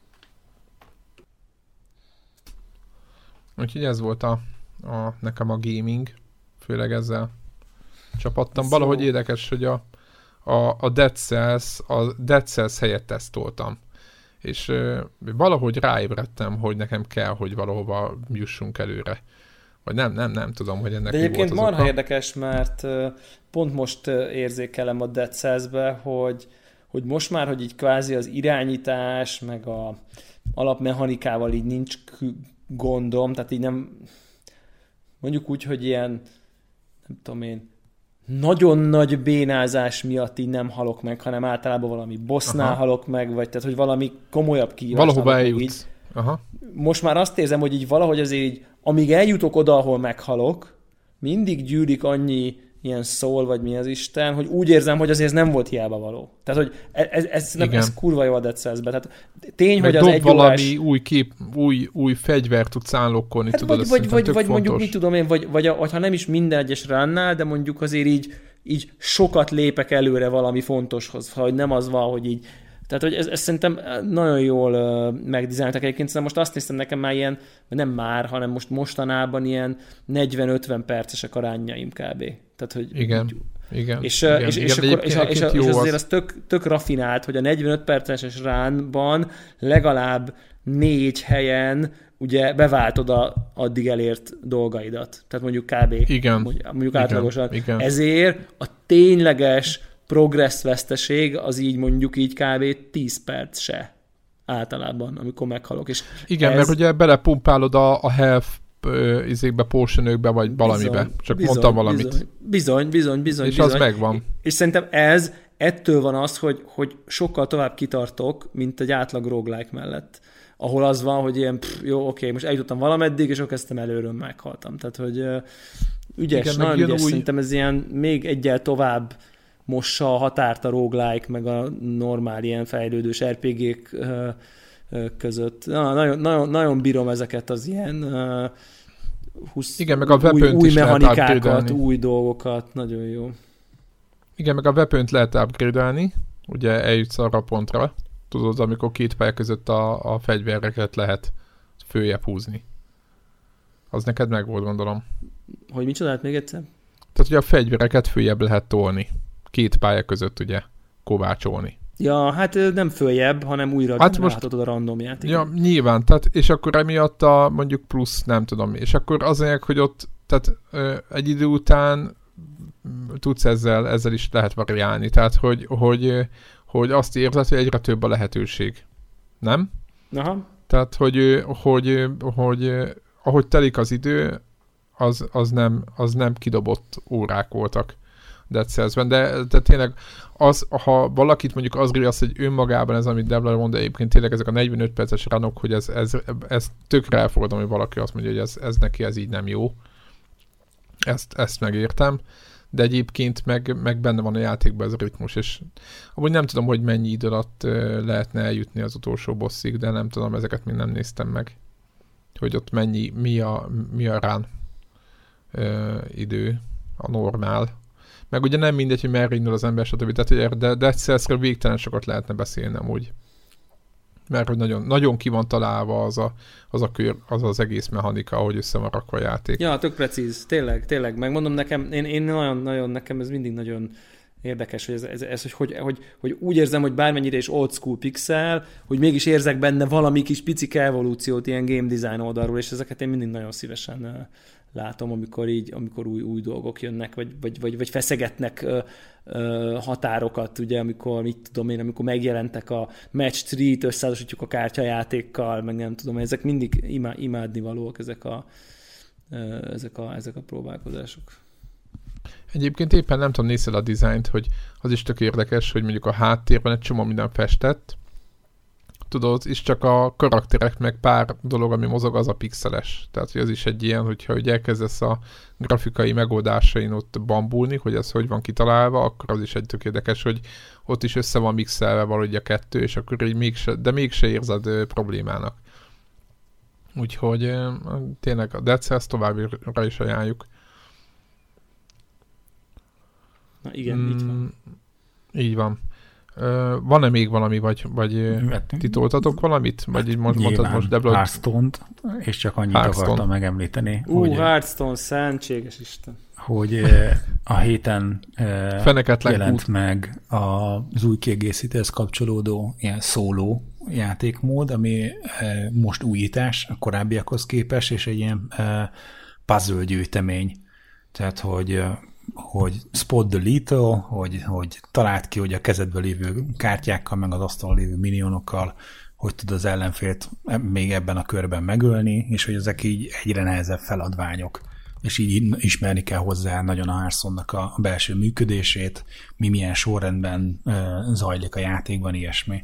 Speaker 1: Úgyhogy ez volt nekem a gaming, főleg ezzel csapattam. Valahogy érdekes, hogy a Dead Cells helyett tesztoltam. És valahogy ráébredtem, hogy nekem kell, hogy valahova jussunk előre. Vagy nem tudom, hogy ennek
Speaker 3: de egyébként marha érdekes, mert pont most érzékelem a Dead Cells-be, hogy most már, hogy így kvázi az irányítás, meg a alapmechanikával így nincs gondom, tehát így nem, mondjuk úgy, hogy ilyen, nem tudom én, nagyon nagy bénázás miatt így nem halok meg, hanem általában valami bossnál halok meg, vagy tehát, hogy valami komolyabb kihívás.
Speaker 1: Valahova eljutsz. Aha.
Speaker 3: Most már azt érzem, hogy így valahogy azért így, amíg eljutok oda, ahol meghalok, mindig gyűlik annyi ilyen szól, vagy mi az Isten, hogy úgy érzem, hogy azért ez nem volt hiába való. Tehát, hogy ez kurva jó a Dead Cells-be. Tehát tény,
Speaker 1: meg
Speaker 3: hogy az egy órás...
Speaker 1: új fegyvert tudsz állokkolni,
Speaker 3: hát
Speaker 1: tudod,
Speaker 3: vagy mondjuk, mit tudom én, vagy ha nem is minden egyes runnál, de mondjuk azért így sokat lépek előre valami fontoshoz, hogy nem az van, hogy így. Tehát, hogy ez szerintem nagyon jól megdizájnoltak egyébként, szóval most azt néztem, nekem már ilyen, nem már, hanem mostanában ilyen 40-50 percesek arányaim kb. Tehát, hogy
Speaker 1: igen.
Speaker 3: És azért az tök rafinált, hogy a 45 perces ránban legalább 4 helyen ugye beváltod addig elért dolgaidat. Tehát mondjuk kb.
Speaker 1: Igen.
Speaker 3: Mondjuk átlagosan. Igen. Ezért a tényleges progressz veszteség az így mondjuk így kb. 10 perc se általában, amikor meghalok. És
Speaker 1: igen, mert ugye belepumpálod a health izékbe, potionökbe, vagy valamibe. Csak mondtam valamit.
Speaker 3: Bizony.
Speaker 1: És az megvan.
Speaker 3: És szerintem ettől van az, hogy sokkal tovább kitartok, mint egy átlag roguelike mellett. Ahol az van, hogy ilyen, jó, oké, most eljutottam valameddig, és akkor kezdtem előről, meghaltam. Tehát, hogy ügyes, igen, nagyon ügyes. Szerintem ez ilyen még egyel tovább mossa a határt a roguelike, meg a normál ilyen fejlődős RPG-k között. Nagyon bírom ezeket az ilyen
Speaker 1: igen, meg a
Speaker 3: új mechanikákat, új dolgokat. Nagyon jó.
Speaker 1: Igen, meg a weapont lehet upgrade-elni, ugye eljutsz arra a pontra, tudod, amikor két pálya között a fegyvereket lehet följebb húzni. Az neked meg volt, gondolom.
Speaker 3: Hogy mit csinált még egyszer?
Speaker 1: Tehát, hogy a fegyvereket följebb lehet tolni. Két pálya között, ugye, kovácsolni.
Speaker 3: Ja, hát nem följebb, hanem újra ráhatod a randomját.
Speaker 1: Igen. Ja, nyilván, tehát, és akkor emiatt mondjuk plusz, nem tudom, és akkor azért, hogy ott, tehát egy idő után tudsz ezzel is lehet variálni, tehát, hogy azt érzed, hogy egyre több a lehetőség. Nem?
Speaker 3: Aha.
Speaker 1: Tehát, hogy ahogy telik az idő, az nem kidobott órák voltak Dead Cells-ben, de tényleg ha valakit mondjuk az riaszt, hogy önmagában ez, amit Devla mond, de egyébként tényleg ezek a 45 perces ranok, hogy ez tökre elfogadom, hogy valaki azt mondja, hogy ez neki ez így nem jó. Ezt megértem, de egyébként meg benne van a játékban ez a ritmus, és amúgy nem tudom, hogy mennyi idő alatt lehetne eljutni az utolsó bosszig, de nem tudom, ezeket még nem néztem meg, hogy ott mi a run idő, a normál. Meg ugye nem mindegy, hogy merre indul az ember, stb. Tehát, de Dead Cells-ről végtelen sokat lehetne beszélni amúgy. Mert hogy nagyon, nagyon ki van találva az a kör, az egész mechanika, ahogy össze van rakva a játék.
Speaker 3: Ja, tök precíz. Tényleg. Megmondom nekem, én nagyon, nekem ez mindig nagyon érdekes, hogy ez hogy úgy érzem, hogy bármennyire is old school pixel, hogy mégis érzek benne valami kis picike evolúciót ilyen game design oldalról, és ezeket én mindig nagyon szívesen látom, amikor új dolgok jönnek, vagy feszegetnek határokat, ugye, amikor megjelentek a Match 3-t, összehasonlítjuk a kártyajátékkal, meg nem tudom, ezek mindig imádnivalóak, ezek a próbálkozások.
Speaker 1: Egyébként éppen nem tudom, nézzel a dizájnt, hogy az is tök érdekes, hogy mondjuk a háttérben egy csomó minden festett, tudod, és csak a karakterek meg pár dolog, ami mozog, az a pixeles. Tehát, hogy az is egy ilyen, hogyha hogy elkezdesz a grafikai megoldásain ott bambulni, hogy ez hogy van kitalálva, akkor az is egy tök érdekes, hogy ott is össze van mixelve valahogy a kettő, és akkor így mégse érzed problémának. Úgyhogy tényleg a Dead Cells továbbra is ajánljuk.
Speaker 3: Na igen, így van.
Speaker 1: Így van. Van-e még valami, vagy titoltatok valamit? Vagy így mondtad most, Debla?
Speaker 2: Hearthstone-t, és csak annyit akartam megemlíteni.
Speaker 3: Hearthstone, szentséges Isten.
Speaker 2: Hogy a héten jelent meg az új kiegészítőhez kapcsolódó ilyen szóló játékmód, ami most újítás a korábbiakhoz képest, és egy ilyen puzzle gyűjtemény. Tehát, hogy spot the little, hogy találd ki, hogy a kezedben lévő kártyákkal, meg az asztalon lévő minionokkal, hogy tud az ellenfélt még ebben a körben megölni, és hogy ezek így egyre nehezebb feladványok. És így ismerni kell hozzá nagyon a Hearthstone-nak a belső működését, milyen sorrendben zajlik a játékban, ilyesmi.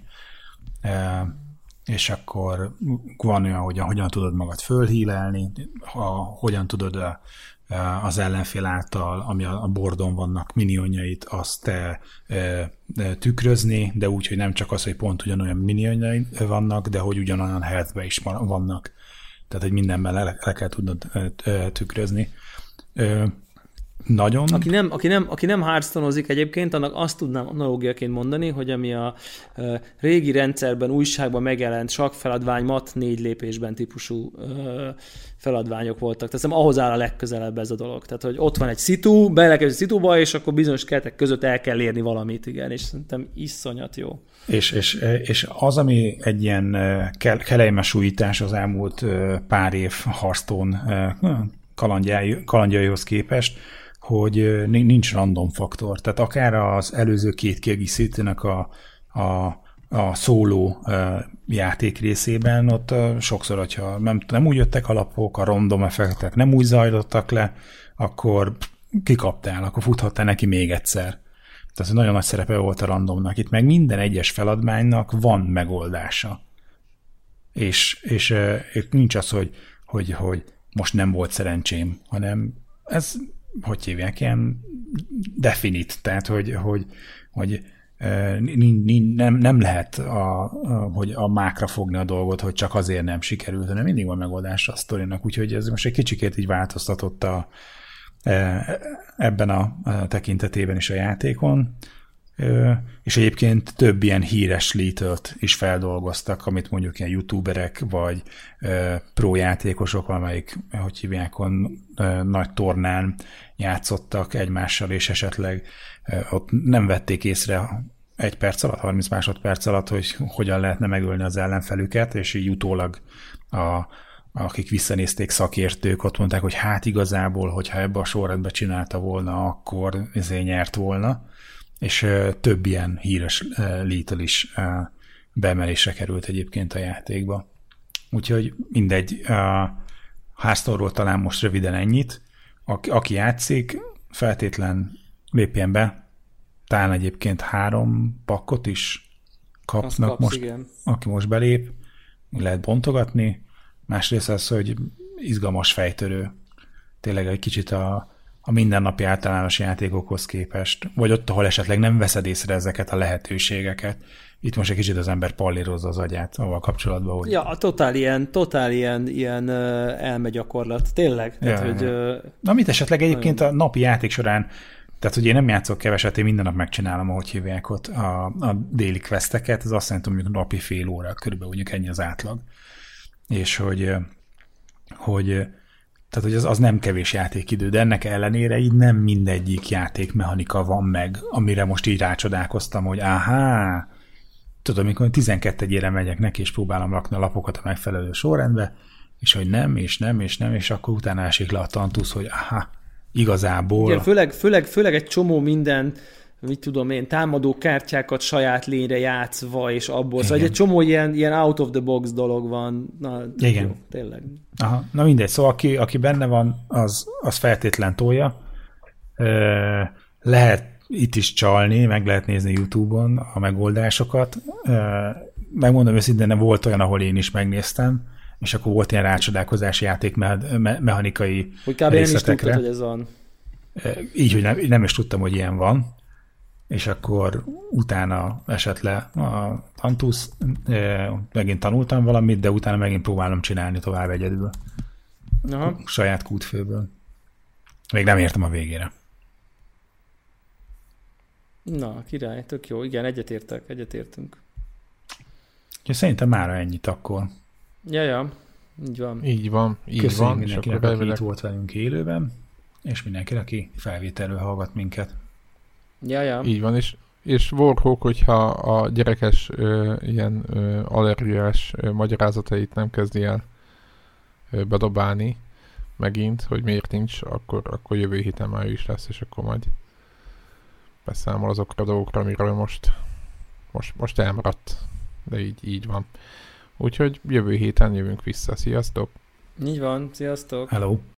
Speaker 2: És akkor van olyan, hogy hogyan tudod magad fölhílelni, hogyan tudod az ellenfél által, ami a bordon vannak minionjait, azt tükrözni, de úgy, hogy nem csak az, hogy pont ugyanolyan minionjai vannak, de hogy ugyanolyan healthbe is vannak. Tehát, hogy mindenben le kell tudnod tükrözni. Nagyon.
Speaker 3: Aki nem Hearthstone-ozik egyébként, annak azt tudnám analógiaként mondani, hogy ami a régi rendszerben, újságban megjelent sakkfeladvány, mat 4 lépésben típusú feladványok voltak. Tehát ahhoz áll a legközelebb ez a dolog. Tehát, hogy ott van egy szitu, belekerülsz a szituba, és akkor bizonyos keretek között el kell érni valamit, igen, és szerintem iszonyat jó.
Speaker 2: És az, ami egy ilyen kellemes újítás az elmúlt pár év Hearthstone kalandjaihoz képest, hogy nincs random faktor. Tehát akár az előző két kiegészítőnek a a szóló játék részében ott sokszor, hogyha nem úgy jöttek a lapok, a random effektek nem úgy zajlottak le, akkor kikaptál, akkor futhattál neki még egyszer. Tehát nagyon nagy szerepe volt a randomnak. Itt meg minden egyes feladmánynak van megoldása. És nincs az, hogy most nem volt szerencsém, hanem ez, hogy hívják, ilyen definite, tehát hogy nem lehet hogy a mákra fogni a dolgot, hogy csak azért nem sikerült, hanem mindig van megoldás a sztorinak, úgyhogy ez most egy kicsikét így változtatott ebben a tekintetében is a játékon, és egyébként több ilyen híres Little-t is feldolgoztak, amit mondjuk ilyen youtuberek, vagy pro játékosok, amelyik, hogy hívják, nagy tornán játszottak egymással, és esetleg ott nem vették észre 1 perc alatt, 30 másodperc alatt, hogy hogyan lehetne megölni az ellenfelüket, és így utólag akik visszanézték, szakértők, ott mondták, hogy hát igazából, hogyha ebbe a sorrendbe csinálta volna, akkor nyert volna, és több ilyen híres Little is beemelésre került egyébként a játékba. Úgyhogy mindegy, Hearthstone-ról talán most röviden ennyit. Aki játszik, feltétlen lépjen be, talán egyébként 3 pakkot is kapnak most, igen. Aki most belép, lehet bontogatni. Másrészt az, hogy izgalmas fejtörő. Tényleg egy kicsit a mindennapi általános játékokhoz képest, vagy ott, ahol esetleg nem veszed észre ezeket a lehetőségeket. Itt most egy kicsit az ember pallírozza az agyát avval kapcsolatban, hogy...
Speaker 3: Ja, totál ilyen elmegyakorlat. Tényleg.
Speaker 2: Ja,
Speaker 3: tehát, hogy,
Speaker 2: amit esetleg egyébként a napi játék során, tehát hogy én nem játszok keveset, én minden nap megcsinálom, ahogy hívják ott a déli questeket, ez azt jelenti, hogy mondjuk napi fél óra, körülbelül mondjuk ennyi az átlag. És tehát, hogy az nem kevés játékidő, de ennek ellenére így nem mindegyik játékmechanika van meg, amire most így rácsodálkoztam, hogy tudom, amikor 12-ére megyek neki, és próbálom rakni a lapokat a megfelelő sorrendbe, és hogy nem, és akkor utána esik le a tantusz, hogy igazából...
Speaker 3: Igen, főleg egy csomó minden, mit tudom én, támadó kártyákat saját lényre játszva, és abból. Szóval egy csomó ilyen out of the box dolog van. Na,
Speaker 2: igen.
Speaker 3: Jó, tényleg.
Speaker 2: Aha. Na mindegy, szóval aki benne van, az feltétlen tolja. Lehet itt is csalni, meg lehet nézni YouTube-on a megoldásokat. Megmondom őszintén, nem volt olyan, ahol én is megnéztem, és akkor volt ilyen rácsodálkozási játék mechanikai
Speaker 3: hogy kb. Nem is tudtad, hogy ez van.
Speaker 2: Így, hogy nem is tudtam, hogy ilyen van. És akkor utána esett le a tantusz, megint tanultam valamit, de utána megint próbálom csinálni tovább egyedül. Aha. Saját kútfőből. Még nem értem a végére.
Speaker 3: Na, király, tök jó. Igen, egyetértünk.
Speaker 2: Ja, szerintem mára ennyit akkor.
Speaker 3: Ja, így van.
Speaker 2: Köszönjük mindenkinek, aki itt volt velünk élőben, és mindenkinek, aki felvételről hallgat minket.
Speaker 3: Ja.
Speaker 1: Így van, és Warhawk, hogyha a gyerekes ilyen allergiás magyarázatait nem kezdi el bedobálni megint, hogy miért nincs, akkor jövő héten már is lesz, és akkor majd beszámol azokra a dolgokra, amiről most elmaradt, de így van. Úgyhogy jövő héten jövünk vissza. Sziasztok!
Speaker 3: Így van, sziasztok!
Speaker 2: Hello!